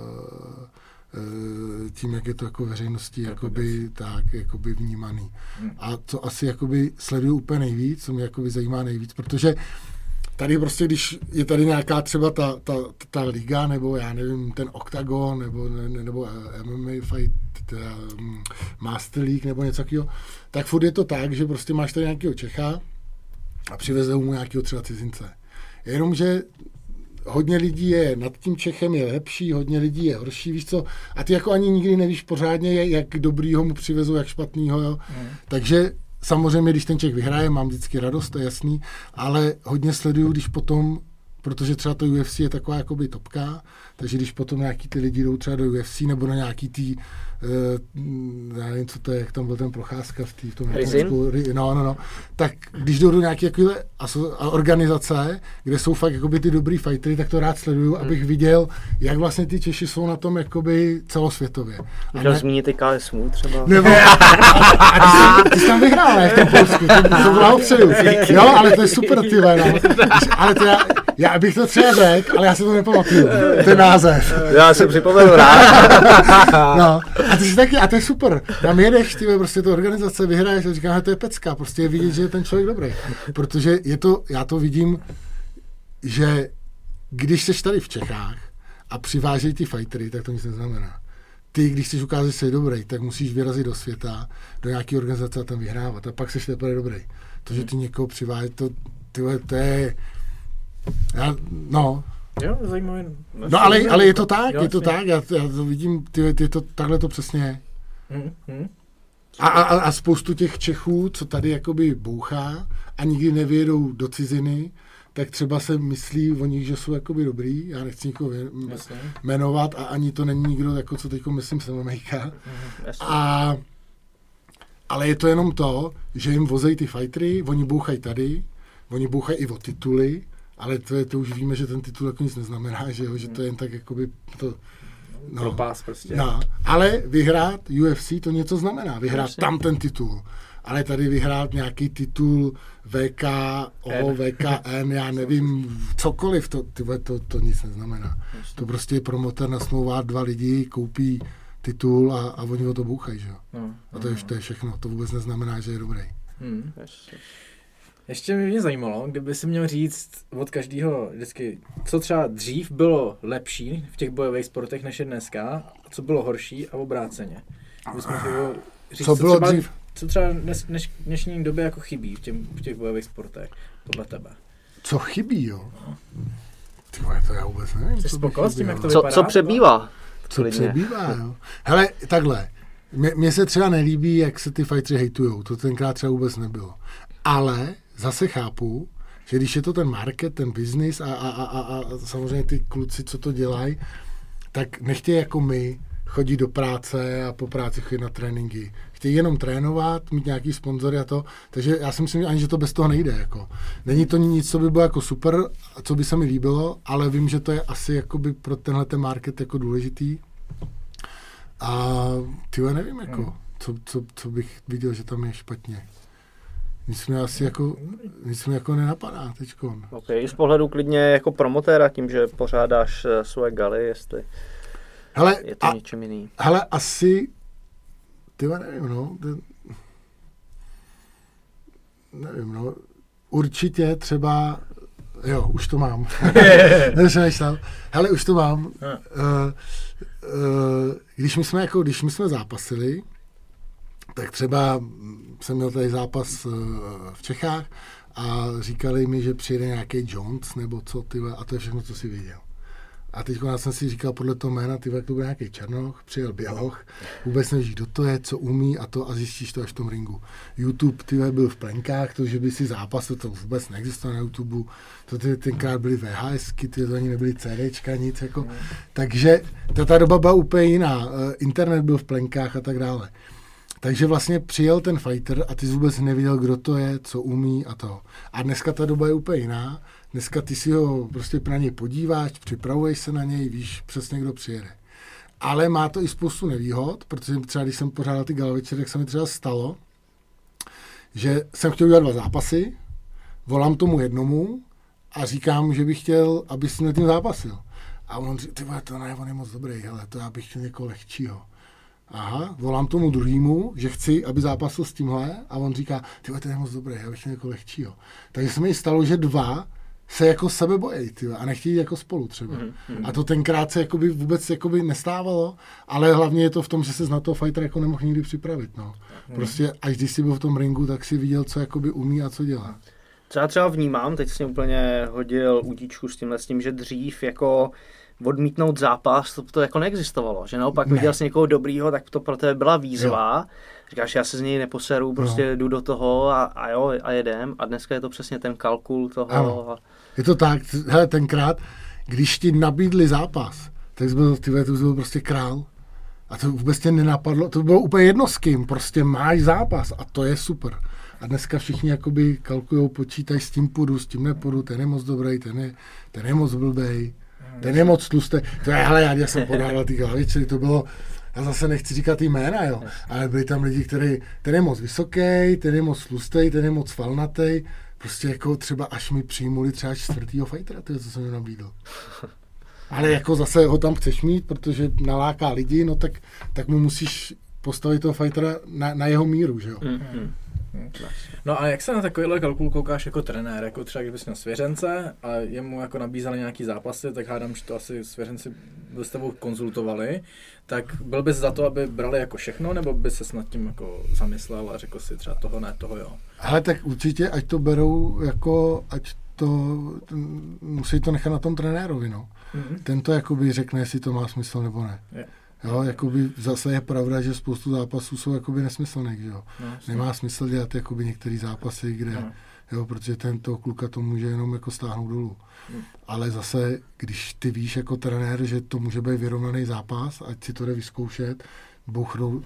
tím, jak je to jako veřejností jakoby, tak, jakoby vnímaný. A co asi jakoby sleduju úplně nejvíc, co mě jakoby zajímá nejvíc, protože tady prostě, když je tady nějaká třeba ta liga, nebo já nevím, ten Octagon, nebo MMA Fight, Master League, nebo něco takového, tak furt je to tak, že prostě máš tady nějakého Čecha a přiveze mu nějakého třeba cizince. Jenomže hodně lidí je nad tím Čechem je lepší, hodně lidí je horší, víš co? A ty jako ani nikdy nevíš pořádně, jak dobrýho mu přivezou, jak špatnýho, jo? Takže samozřejmě, když ten Čech vyhraje, mám vždycky radost, to je jasný, ale hodně sleduju, když potom, protože třeba to UFC je taková jakoby topka, takže když potom nějaký ty lidi jdou třeba do UFC nebo na nějaký ty, já nevím, co to je, jak tam byl ten Procházka v tom Japonsku, no, tak když jdou do nějaké organizace, kde jsou fakt jakoby ty dobrý fightery, tak to rád sleduju, abych viděl, jak vlastně ty Češi jsou na tom jakoby celosvětově. Můžu zmínit i KSMU třeba. Nebo, ty jsi tam vyhrál, ne, v tom Polsku, to bylo opředu. Jo, ale to je super, ty no. Ale to já bych to třeba řekl, ale já si to nepamatuju, ten název. Já se připomenu rád. No, a ty jsi taky, a to je super. Tam jedeš, ty prostě to organizace vyhraješ a říkám, že to je pecka, prostě je vidět, že je ten člověk dobrý. Protože je to, já to vidím, že když jsi tady v Čechách a přivážejí ty fightery, tak to nic neznamená. Ty, když chceš ukázat, že jsi dobrý, tak musíš vyrazit do světa, do nějaké organizace a tam vyhrávat. A pak jsi teprve dobrý. To, že ty někoho přiváží, to je... Jo, zajímavé. No ale je to tak, já to vidím, ty to, takhle to přesně je. A spoustu těch Čechů, co tady jakoby bouchá a nikdy nevyjedou do ciziny, tak třeba se myslí o nich, že jsou jakoby dobrý, já nechci nikoho jmenovat a ani to není nikdo, jako co teďko myslím, jsem Amerika. Ale je to jenom to, že jim vozejí ty fightery, oni bouchají tady, oni bouchají i o tituly, ale to už víme, že ten titul jako nic neznamená, že to je jen tak jakoby to... Propás prostě. No, ale vyhrát UFC to něco znamená, vyhrát tam ten titul. Ale tady vyhrát nějaký titul VKO, VKN, já nevím, cokoliv, to nic neznamená. To prostě promotor nasmlouvá 2 lidi, koupí titul a oni o to bouchají, že jo. A to je všechno, to vůbec neznamená, že je dobrý. Ještě mě zajímalo, kdyby si měl říct od každého vždycky, co třeba dřív bylo lepší v těch bojových sportech než je dneska, a co bylo horší a obráceně. Říct, co bylo dřív? Co třeba v dnešní době jako chybí v těch bojových sportech, podle tebe? Co chybí, jo? Tyhle, to já vůbec nevím. Jsi spokojen s tím, jak to vypadá? Co přebývá? Co přebývá, jo? Hele, takhle. Mně se třeba nelíbí, jak se ty fightři hejtujou. To tenkrát třeba vůbec nebylo. Ale zase chápu, že když je to ten market, ten business a samozřejmě ty kluci, co to dělají, tak nechtějí jako my chodit do práce a po práci chodit na tréninky. Chtějí jenom trénovat, mít nějaký sponzory a to, takže já si myslím, ani že to bez toho nejde. Jako. Není to nic, co by bylo jako super, co by se mi líbilo, ale vím, že to je asi jakoby pro tenhle ten market jako důležitý. A tyhle nevím, jako, co bych viděl, že tam je špatně. Nic mi jako nenapadá teďko. Ok, i z pohledu klidně jako promotéra, tím, že pořádáš svoje galy, jestli je to něčím jiný. Hele, asi, nevím, určitě třeba, jo, už to mám. Hele, už to mám. Když my jsme zápasili, tak třeba jsem měl tady zápas v Čechách a říkali mi, že přijede nějaký Jones nebo co, tyhle, a to je všechno, co si viděl. A teď já jsem si říkal podle toho jména, tyhle, jak to byl nějaký Černoch, přijel Běloch, vůbec nevíš, kdo to je, co umí a zjistíš to až v tom ringu. YouTube, tyhle, byl v plenkách, to, že by si zápasil, to vůbec neexistuje na YouTube, to tenkrát byly VHSky, to ani nebyly CDčka, nic, jako. Takže ta doba byla úplně jiná, internet byl v plenkách a tak dále. Takže vlastně přijel ten fighter a ty jsi vůbec nevěděl, kdo to je, co umí a to. A dneska ta doba je úplně jiná. Dneska ty si ho prostě na něj podíváš, připravuješ se na něj, víš přesně, kdo přijede. Ale má to i spoustu nevýhod, protože třeba když jsem pořádal ty gala večery, tak se mi třeba stalo, že jsem chtěl udělat 2 zápasy, volám tomu jednomu a říkám, že bych chtěl, aby s tím zápasil. A on říká, ty vole, on je moc dobrý, hele, to já bych chtěl někoho lehčího. Aha, volám tomu druhému, že chci, aby zápasil s tímhle a on říká, ty vole, to je moc dobrý, já bych chtěl někoho lehčího. Takže se mi stalo, že 2 se jako sebe bojí, a nechtějí jako spolu třeba. A to tenkrát se jakoby vůbec jakoby nestávalo, ale hlavně je to v tom, že se na toho fightera jako nemohl nikdy připravit. No. Prostě až když jsi byl v tom ringu, tak si viděl, co jakoby umí a co dělá. Co já třeba vnímám, teď jsem úplně hodil udíčku s tím, že dřív jako odmítnout zápas, to jako neexistovalo, že naopak viděl jsi někoho dobrýho, tak to pro tebe byla výzva. Jo. Říkáš, já se z něj neposeru, prostě jdu do toho a jedem. A dneska je to přesně ten kalkul toho. Ano. Je to tak, hele, tenkrát, když ti nabídli zápas, tak jsi byl, byl prostě král. A to vůbec tě nenapadlo, to bylo úplně jedno s kým, prostě máš zápas a to je super. A dneska všichni jakoby kalkulujou, počítají, s tím půjdu, s tím nepůjdu, ten je moc dobrý, ten je moc blbej, ten je moc tlustý. To je, hele, já jsem podával ty hlavičky, to bylo, já zase nechci říkat jména, jo, ale byli tam lidi, ten je moc vysoký, ten je moc tlustý, ten je moc falnatý, prostě jako třeba až mi přijmuli třeba 4. fightera, to je, co jsem jim nabídl. Ale jako zase ho tam chceš mít, protože naláká lidi, no tak mu musíš postavit toho fightera na jeho míru, že jo. No a jak se na takovýhle kalkul koukáš jako trenér, jako třeba kdybys měl svěřence a jemu jako nabízeli nějaký zápasy, tak hádám, že to asi svěřenci s tebou konzultovali, tak byl bys za to, aby brali jako všechno, nebo by ses nad tím jako zamyslel a řekl si třeba toho ne, toho jo? Ale tak určitě, ať to berou jako, musí to nechat na tom trenérovi, no. Ten to jakoby řekne, jestli to má smysl nebo ne. Jo, jakoby zase je pravda, že spoustu zápasů jsou jakoby nesmyslných, že jo. Nemá smysl dělat jakoby některé zápasy, kde, jo, protože toho kluka to může jenom jako stáhnout dolů. Ale zase, když ty víš jako trenér, že to může být vyrovnaný zápas, ať si to jde vyzkoušet, bouchnout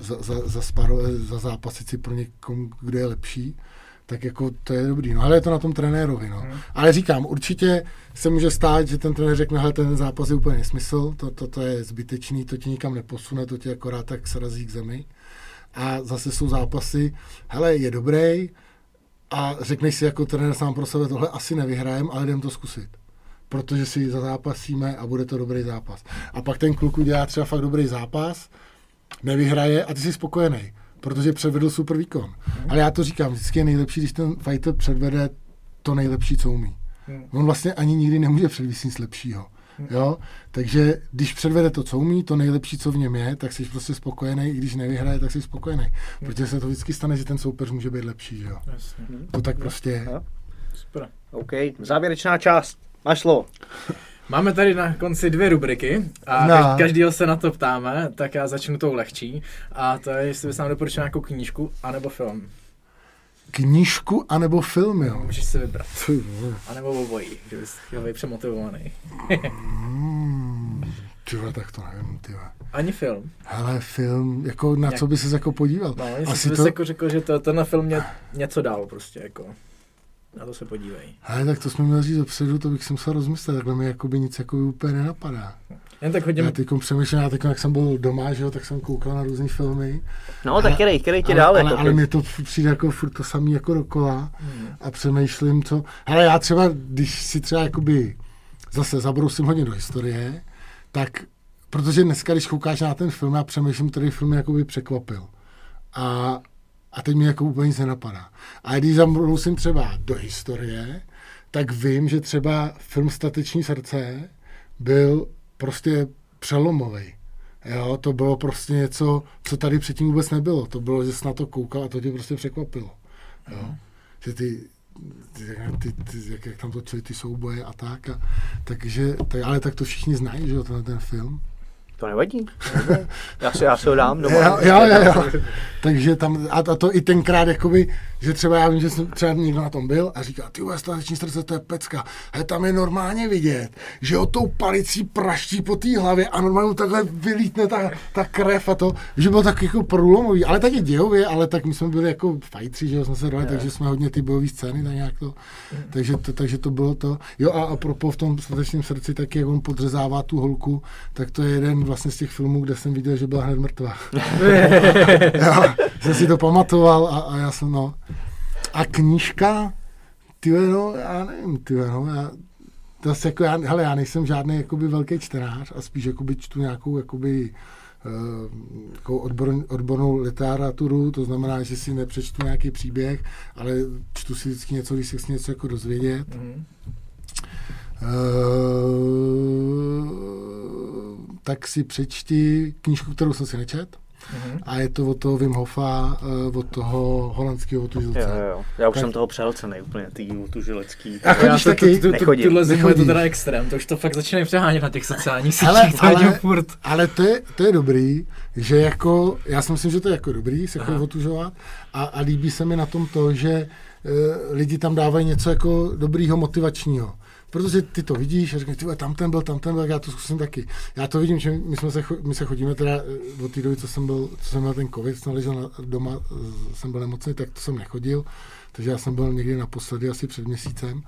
za zápasit si pro někomu, kdo je lepší, tak jako to je dobrý. No, ale je to na tom trenérovi, no. Ale říkám, určitě se může stát, že ten trenér řekne, hele, ten zápas je úplně nesmysl, to je zbytečný, to tě nikam neposune, to tě akorát tak srazí k zemi. A zase jsou zápasy, hele, je dobrý a řekneš si jako trenér sám pro sebe, tohle asi nevyhrajem, ale jdem to zkusit. Protože si zazápasíme a bude to dobrý zápas. A pak ten kluk udělá třeba fakt dobrý zápas, nevyhraje a ty jsi spokojený, protože předvedl super výkon. Ale já to říkám, vždycky je nejlepší, když ten fighter předvede to nejlepší, co umí. On vlastně ani nikdy nemůže předvést nic lepšího. Jo? Takže když předvede to, co umí, to nejlepší, co v něm je, tak jsi prostě spokojený, i když nevyhraje, tak jsi spokojený. Protože se to vždycky stane, že ten soupeř může být lepší. Jo? To tak prostě je. Super. OK, závěrečná část. Máš slovo. Máme tady na konci 2 rubriky a každýho se na to ptáme, tak já začnu tou lehčí. A to je, jestli bys nám doporučil nějakou knížku anebo film. Knížku anebo film, jo? Můžeš si vybrat. A nebo obojí, že bys chtěl být přemotivovaný. Tyhle, tak to nevím, tyhle. Ani film. Hele, film, jako na co by ses jako podíval? No, jestli bys jako řekl, že tenhle film mě něco dal prostě, jako. Na to se podívej. Hele, tak to jsme měli říct dopředu, to bych si musel rozmyslet, takhle mi jakoby nic jako úplně nenapadá. Jen tak hodně... Já teďkom přemýšlím, jak jsem byl doma, že jo, tak jsem koukal na různý filmy. No, tak který ti dál? Ale mě to přijde jako furt to samý jako dokola a přemýšlím, co... Hele, já třeba, když si třeba jakoby zase zabrousím hodně do historie, tak, protože dneska, když koukáš na ten film, já přemýšlím, který film mě jakoby překvapil. A teď mi jako úplně nic nenapadá. A když zabrousím třeba do historie, tak vím, že třeba film Stateční srdce byl prostě přelomový. Jo, to bylo prostě něco, co tady předtím vůbec nebylo. To bylo, že jsi na to koukal a to tě prostě překvapilo. Jo. Že jak tam točili ty souboje a tak. Takže, ale tak to všichni znají, že jo, ten film. To nevadí. Já si ho dám doma. Jo. Takže tam, a to i tenkrát, jakoby, že třeba já vím, že jsem třeba někdo na tom byl a říká, ty stateční srdce, to je pecka. He, tam je normálně vidět, že o tou palicí praští po té hlavě a normálně takhle vylítne ta krev a to, že bylo tak jako průlomový, ale taky dějově, ale tak my jsme byli jako fajtři, že jsme se dali, takže jsme hodně ty bojové scény, tak nějak to, takže to bylo to. Jo a propos v tom statečném srdci, taky jak on podřezává tu holku, tak to je jeden vlastně z těch filmů, kde jsem viděl, že byla hned mrtvá. Jo, jsem si to pamatoval a já jsem, no. A knížka, já nevím, jako já nejsem žádný jakoby velký čtenář a spíš jakoby čtu nějakou jakoby takovou odbornou literaturu, to znamená, že si nepřečtu nějaký příběh, ale čtu si vždycky něco, když se chci něco jako dozvědět. Tak si přečti knížku, kterou jsem si nečet. A je to od toho Wim Hofa, od toho holandského otužilce. Jo. Já už jsem toho přehlcenej úplně, tý otužilecký. A chodíš taky? Tuhle zimu je to teda extrém, to už to fakt začínají přehánět na těch sociálních sítích. Ale to je dobrý, že jako, já si myslím, že to je jako dobrý se chodí otužovat a líbí se mi na tom to, že lidi tam dávají něco jako dobrýho, motivačního. Protože ty to vidíš a říkáš, tam ten byl, tak já to zkusím taky. Já to vidím, že my se chodíme teda od té doby, co jsem měl ten covid, jsem ležel doma, jsem byl nemocný, tak to jsem nechodil, takže já jsem byl někdy naposledy asi před měsícem.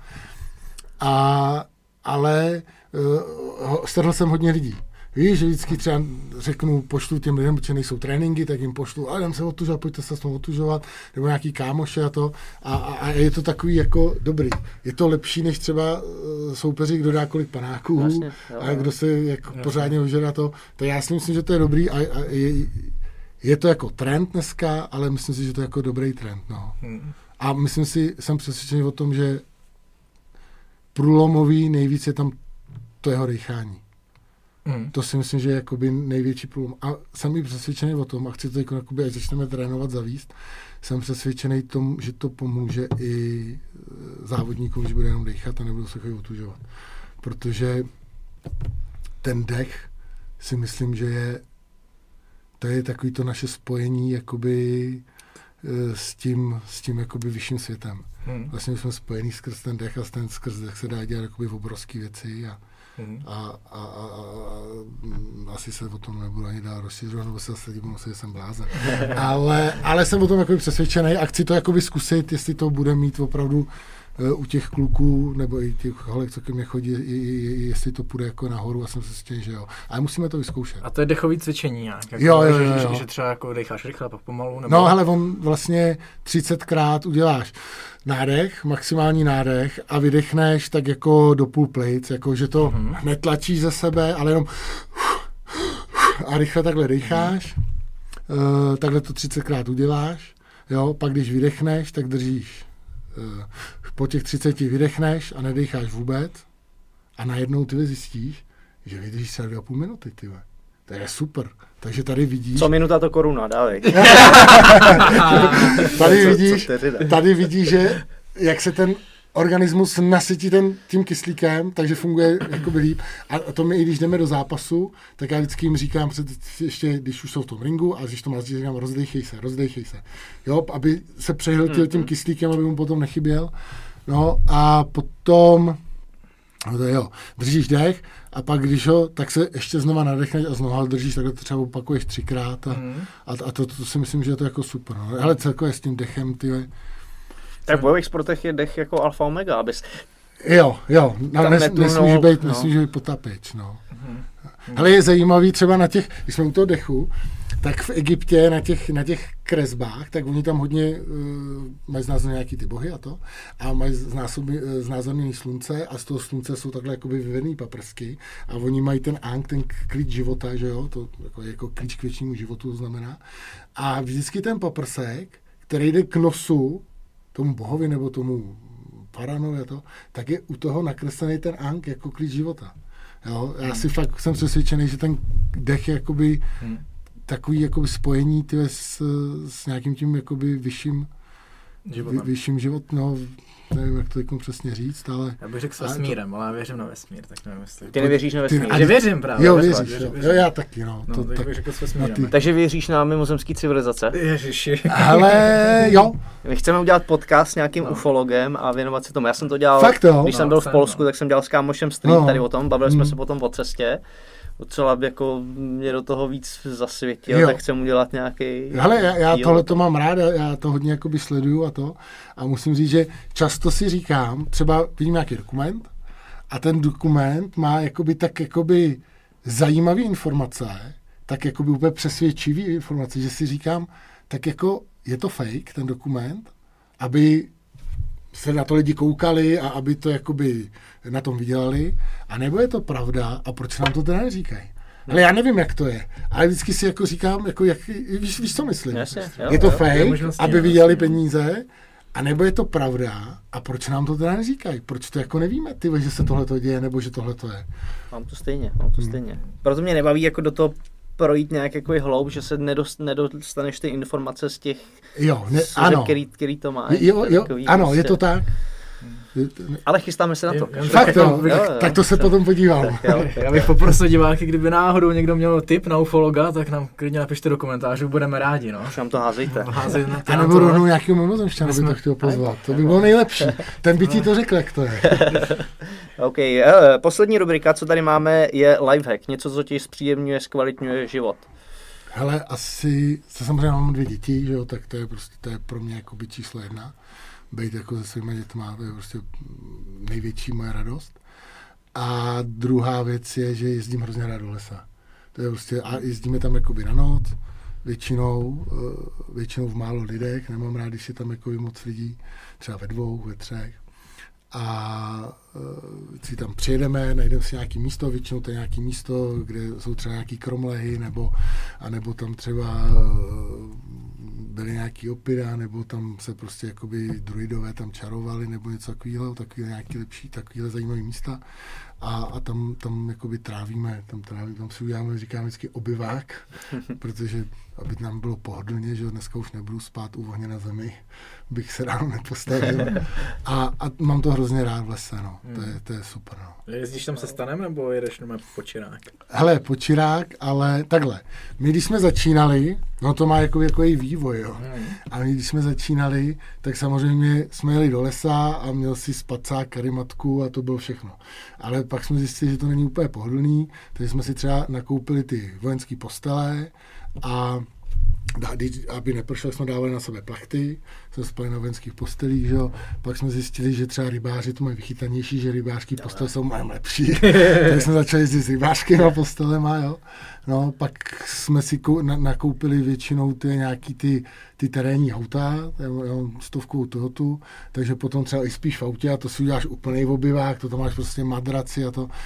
Ale strhl jsem hodně lidí. Víš, že vždycky třeba řeknu, pošlu těm lidem, protože nejsou tréninky, tak jim pošlu, ale jdem se otužovat, pojďte se s tom otužovat, nebo nějaký kámoše a to. A je to takový jako dobrý. Je to lepší, než třeba soupeři, kdo dá kolik panáků vlastně, a kdo se jako pořádně ožere to. Tak já si myslím, že to je dobrý a je to jako trend dneska, ale myslím si, že to je jako dobrý trend. No. A myslím si, jsem přesvědčený o tom, že průlomový nejvíc je tam to jeho dýchání. To si myslím, že je jakoby největší průlom. A jsem i přesvědčený o tom, a chci to jakoby, až začneme trénovat zavíst, jsem přesvědčený tom, že to pomůže i závodníkům, že bude jenom dechat a nebudou se chodit otužovat. Protože ten dech si myslím, že to je takový to naše spojení jakoby s tím jakoby vyšším světem. Vlastně jsme spojení skrz ten dech a skrz dech se dá dělat jakoby obrovské věci a asi se o tom nebudu ani dál rozšiřovat, nebo se zase divím, že jsem blázen. Ale jsem o tom jakoby přesvědčený a chci to jakoby zkusit, jestli to bude mít opravdu u těch kluků, nebo i těch holek, co ke mně chodí, jestli to půjde jako nahoru a jsem se stěžil, že jo. Ale musíme to vyzkoušet. A to je dechový cvičení nějak? Jako jo. Že třeba jako decháš rychle, pak pomalu? Nebo... No hele, on vlastně 30krát uděláš nádech, maximální nádech a vydechneš tak jako do půl plic, jako že to netlačíš ze sebe, ale jenom a rychle takhle decháš, takhle to 30krát uděláš, jo, pak když vydechneš, tak držíš. Po těch 30 vydechneš a nedecháš vůbec a najednou ty zjistíš, že vydržíš se 2,5 minuty, ty. To je super. Takže tady vidíš... Co minuta to koruna, dávej. Tady vidíš, že jak se ten organismus nasytí tím kyslíkem, takže funguje jakoby líp. A to my, i když jdeme do zápasu, tak já vždycky jim říkám, ještě když už jsou v tom ringu, a když to máš, říkám, rozdejchej se. Jo, aby se přehltil tím kyslíkem, aby mu potom nechyběl. No a potom, držíš dech a pak když ho, tak se ještě znova nadechneš a znova držíš, takhle to třeba opakuješ 3krát a to si myslím, že je to jako super. No. Ale celkově s tím dechem, ty. Tak v bojových sportech je dech jako alfa omega, abys... Jo, nesmíš být potapeč, no. Ale je zajímavý třeba na těch, když jsme u toho dechu, tak v Egyptě na těch kresbách, tak oni tam hodně mají znázorněné nějaký ty bohy a to, a mají znázorněné slunce a z toho slunce jsou takhle jakoby vyvedený paprsky a oni mají ten Ankh, ten klíč života, že jo, to jako klíč k věčnímu životu to znamená. A vždycky ten paprsek, který jde k nosu tomu bohovi nebo tomu faranovi a to, tak je u toho nakreslený ten Ankh jako klíč života. Jo, já si fakt jsem přesvědčený, že ten dech je jakoby takový jakoby spojení s nějakým tím jakoby vyšším vyšším život, no, nevím, jak to přesně říct, ale... Já bych řekl s vesmírem, ale já věřím na vesmír, tak nevím, jestli... Ty nevěříš na vesmír? Ty věřím právě. Jo, věříš, jo, já taky, no. No, tak bych řekl s vesmírem. Takže věříš na mimozemský civilizace? Ježiši. Ale jo. My chceme udělat podcast s nějakým ufologem a věnovat se tomu. Já jsem to dělal, fakt, když jsem byl v Polsku, tak jsem dělal s kámošem stream tady o tom, bavili jsme se potom o cestě. Docela jako mě do toho víc zasvětil, tak chcem udělat nějaký... Hele, já tohle to mám rád, já to hodně jakoby sleduju a musím říct, že často si říkám, třeba vidím nějaký dokument a ten dokument má jakoby zajímavé informace, tak jakoby úplně přesvědčivý informace, že si říkám, tak jako je to fake, ten dokument, aby se na to lidi koukali a aby to jakoby na tom vydělali, a nebo je to pravda a proč nám to teda neříkají? Ale já nevím, jak to je, ale vždycky si jako říkám, jako víš, co myslím? Jasně, je to fake, aby vydělali peníze, a nebo je to pravda a proč nám to teda neříkají? Proč to jako nevíme, že se tohleto děje, nebo že tohleto je? Mám to stejně. Proto mě nebaví jako do toho projít nějak jako hloub, že se nedostaneš ty informace z těch, ano. Který to má. Jo, ano, je to tak. Ale chystáme se na to. Fakt jo, tak to se potom podívám. Já bych poprosil diváky, kdyby náhodou někdo měl tip na ufologa, tak nám klidně napište do komentářů, budeme rádi. No. Už nám to házejte. A nebo rovnou nějakého mimozemšťana by to chtěl pozvat. To by bylo nejlepší. Ten by ti to řekl, jak to je. OK, poslední rubrika, co tady máme, je lifehack. Něco, co ti zpříjemňuje, zkvalitňuje život. Hele, asi, samozřejmě mám 2 děti, že jo, tak to je pro mě jakoby číslo 1. Být jako se svýma dětma, to je prostě největší moje radost. A druhá věc je, že jezdím hrozně rád do lesa. To je prostě, a jezdíme tam jakoby na noc, většinou v málo lidech, nemám rád, když je tam jakoby moc lidí, třeba ve 2, ve 3. A si tam přijedeme, najdeme si nějaké místo, většinou to je nějaké místo, kde jsou třeba nějaké kromlehy, nebo tam třeba byly nějaký opyra, nebo tam se prostě jakoby druidové tam čarovali, nebo něco takového, takové nějaké lepší, takovéhle zajímavé místa. A tam jakoby trávíme, tam si uděláme, říkáme vždycky obyvák, protože aby nám bylo pohodlně, že dneska už nebudu spát u ohně na zemi, bych se ráno nepostavil. A mám to hrozně rád v lese, no. To je super, no. Jezdíš tam se stanem, nebo jedeš jenom počirák? Hele, počirák, ale takhle. My, když jsme začínali, no to má jako její vývoj, jo. A my, když jsme začínali, tak samozřejmě jsme jeli do lesa a měl si spacák, karimatku a to bylo všechno. Ale pak jsme zjistili, že to není úplně pohodlný, takže jsme si třeba nakoupili ty vojenské postele a aby nepršel, jsme dávali na sebe plachty, jsme spali na vojenských postelích, že jo. Pak jsme zjistili, že třeba rybáři to mají vychytanější, že rybářské postele jsou mnohem lepší. Takže jsme začali jezdit s rybářskýma postelema, jo. No, pak jsme si nakoupili většinou nějaký ty terénní auta, 100 Toyotu, takže potom třeba i spíš v autě a to si uděláš úplnej obyvák, to máš prostě madraci a to.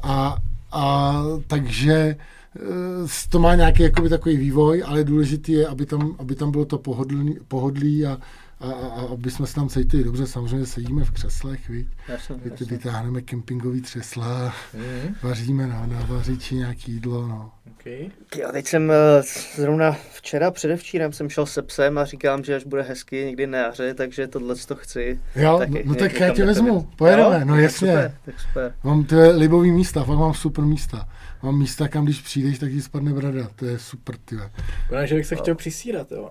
A takže to má nějaký jakoby takový vývoj, ale důležitý je, aby tam bylo to pohodlí a aby jsme se tam cítili dobře. Samozřejmě sedíme v křeslech, vytáhneme kempingový křesla, vaříme na vařiči nějaký jídlo, no. Okay. Jo, teď jsem zrovna předevčírem jsem šel se psem a říkám, že až bude hezky někdy na jaře, takže tohle to chci. Jo, no tak já tě vezmu, pojedeme, no jasně. Tak super. Mám ty libový místa, fakt mám super místa. Mám místa, kam když přijdeš, tak ti spadne brada, to je super, tyhle. Protože bych se chtěl přisírat, jo.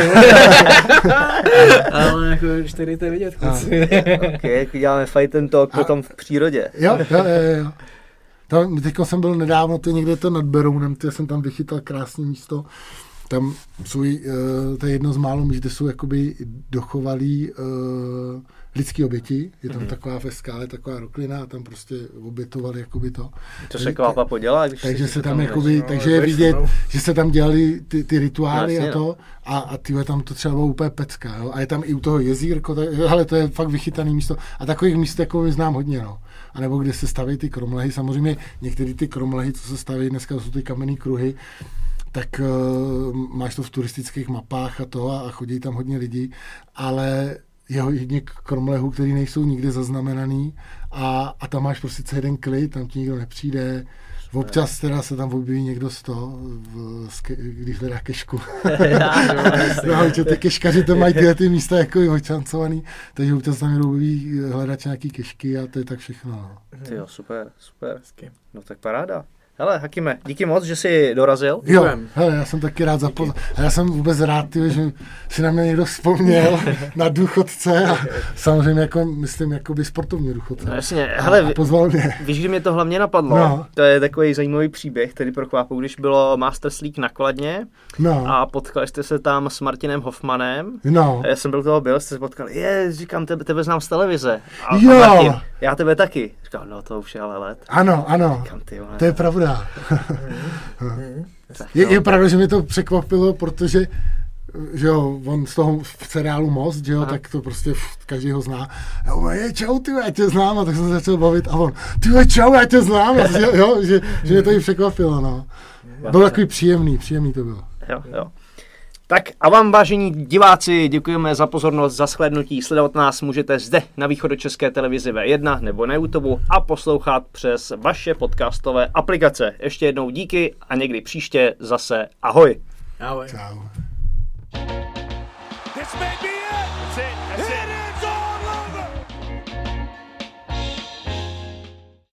Ale jako, když tady jdete vidět, kluci. Ok, jak děláme fight and talk potom v přírodě. Jo. Teďko jsem byl nedávno, někde to nad Berounem, jsem tam vychytal krásné místo. Tam jsou, to je jedno z málo míst, kde jsou jakoby dochovalý lidský oběti. Je tam taková ve skále, taková roklina a tam prostě obětovali jakoby to. To se kvápa podělá, když takže se tam jakoby, takže je vidět, že se tam dělali ty rituály jasně, a to a tyhle tam to třeba bylo úplně pecka, jo. A je tam i u toho jezírko, hele, to je fakt vychytaný místo. A takových míst jako znám hodně, no. A nebo kde se staví ty kromlehy, samozřejmě některé ty kromlehy, co se staví dneska, jsou ty kamenné kruhy, tak máš to v turistických mapách a chodí tam hodně lidí, ale je hodně kromlehů, který nejsou nikde zaznamenaný a tam máš prostě jeden klid, tam ti nikdo nepřijde, Občas teda se tam objeví někdo když hledá kešku. No, že ty keškaři to mají ty místa jako očancovaný, takže občas tam objeví hledat nějaký kešky a to je tak všechno. No. Tyjo, super. No tak paráda. Hele, Hakime, díky moc, že jsi dorazil. Jo, hele, já jsem taky rád já jsem vůbec rád, že si na mě někdo vzpomněl na důchodce a samozřejmě jako, myslím, jakoby sportovní důchodce. No jasně, hele, pozval mě. Víš, kdy mě to hlavně napadlo? No. To je takový zajímavý příběh, který pro Kvápu, když bylo Masters League na Kladně a potkali jste se tam s Martinem Hoffmanem. No. A já jsem jste se potkali, říkám, tebe znám z televize. A jo. Martin, já tebe taky. Říkám, no to už je ale let. Ano, říkám, to je pravda. Je pravda, že mě to překvapilo, protože že jo, on z toho v seriálu Most, že jo, tak to prostě každý ho zná. A on čau, ty, já tě znám, a tak jsem se začal bavit a on, ty čau, já tě znám, a jo, že mě to i překvapilo, no. Bylo takový příjemný to bylo. Jo. Tak a vám, vážení diváci, děkujeme za pozornost, za shlédnutí. Sledovat nás můžete zde na Východočeské televizi V1 nebo na YouTube a poslouchat přes vaše podcastové aplikace. Ještě jednou díky a někdy příště zase ahoj. Ahoj. Čau. This may be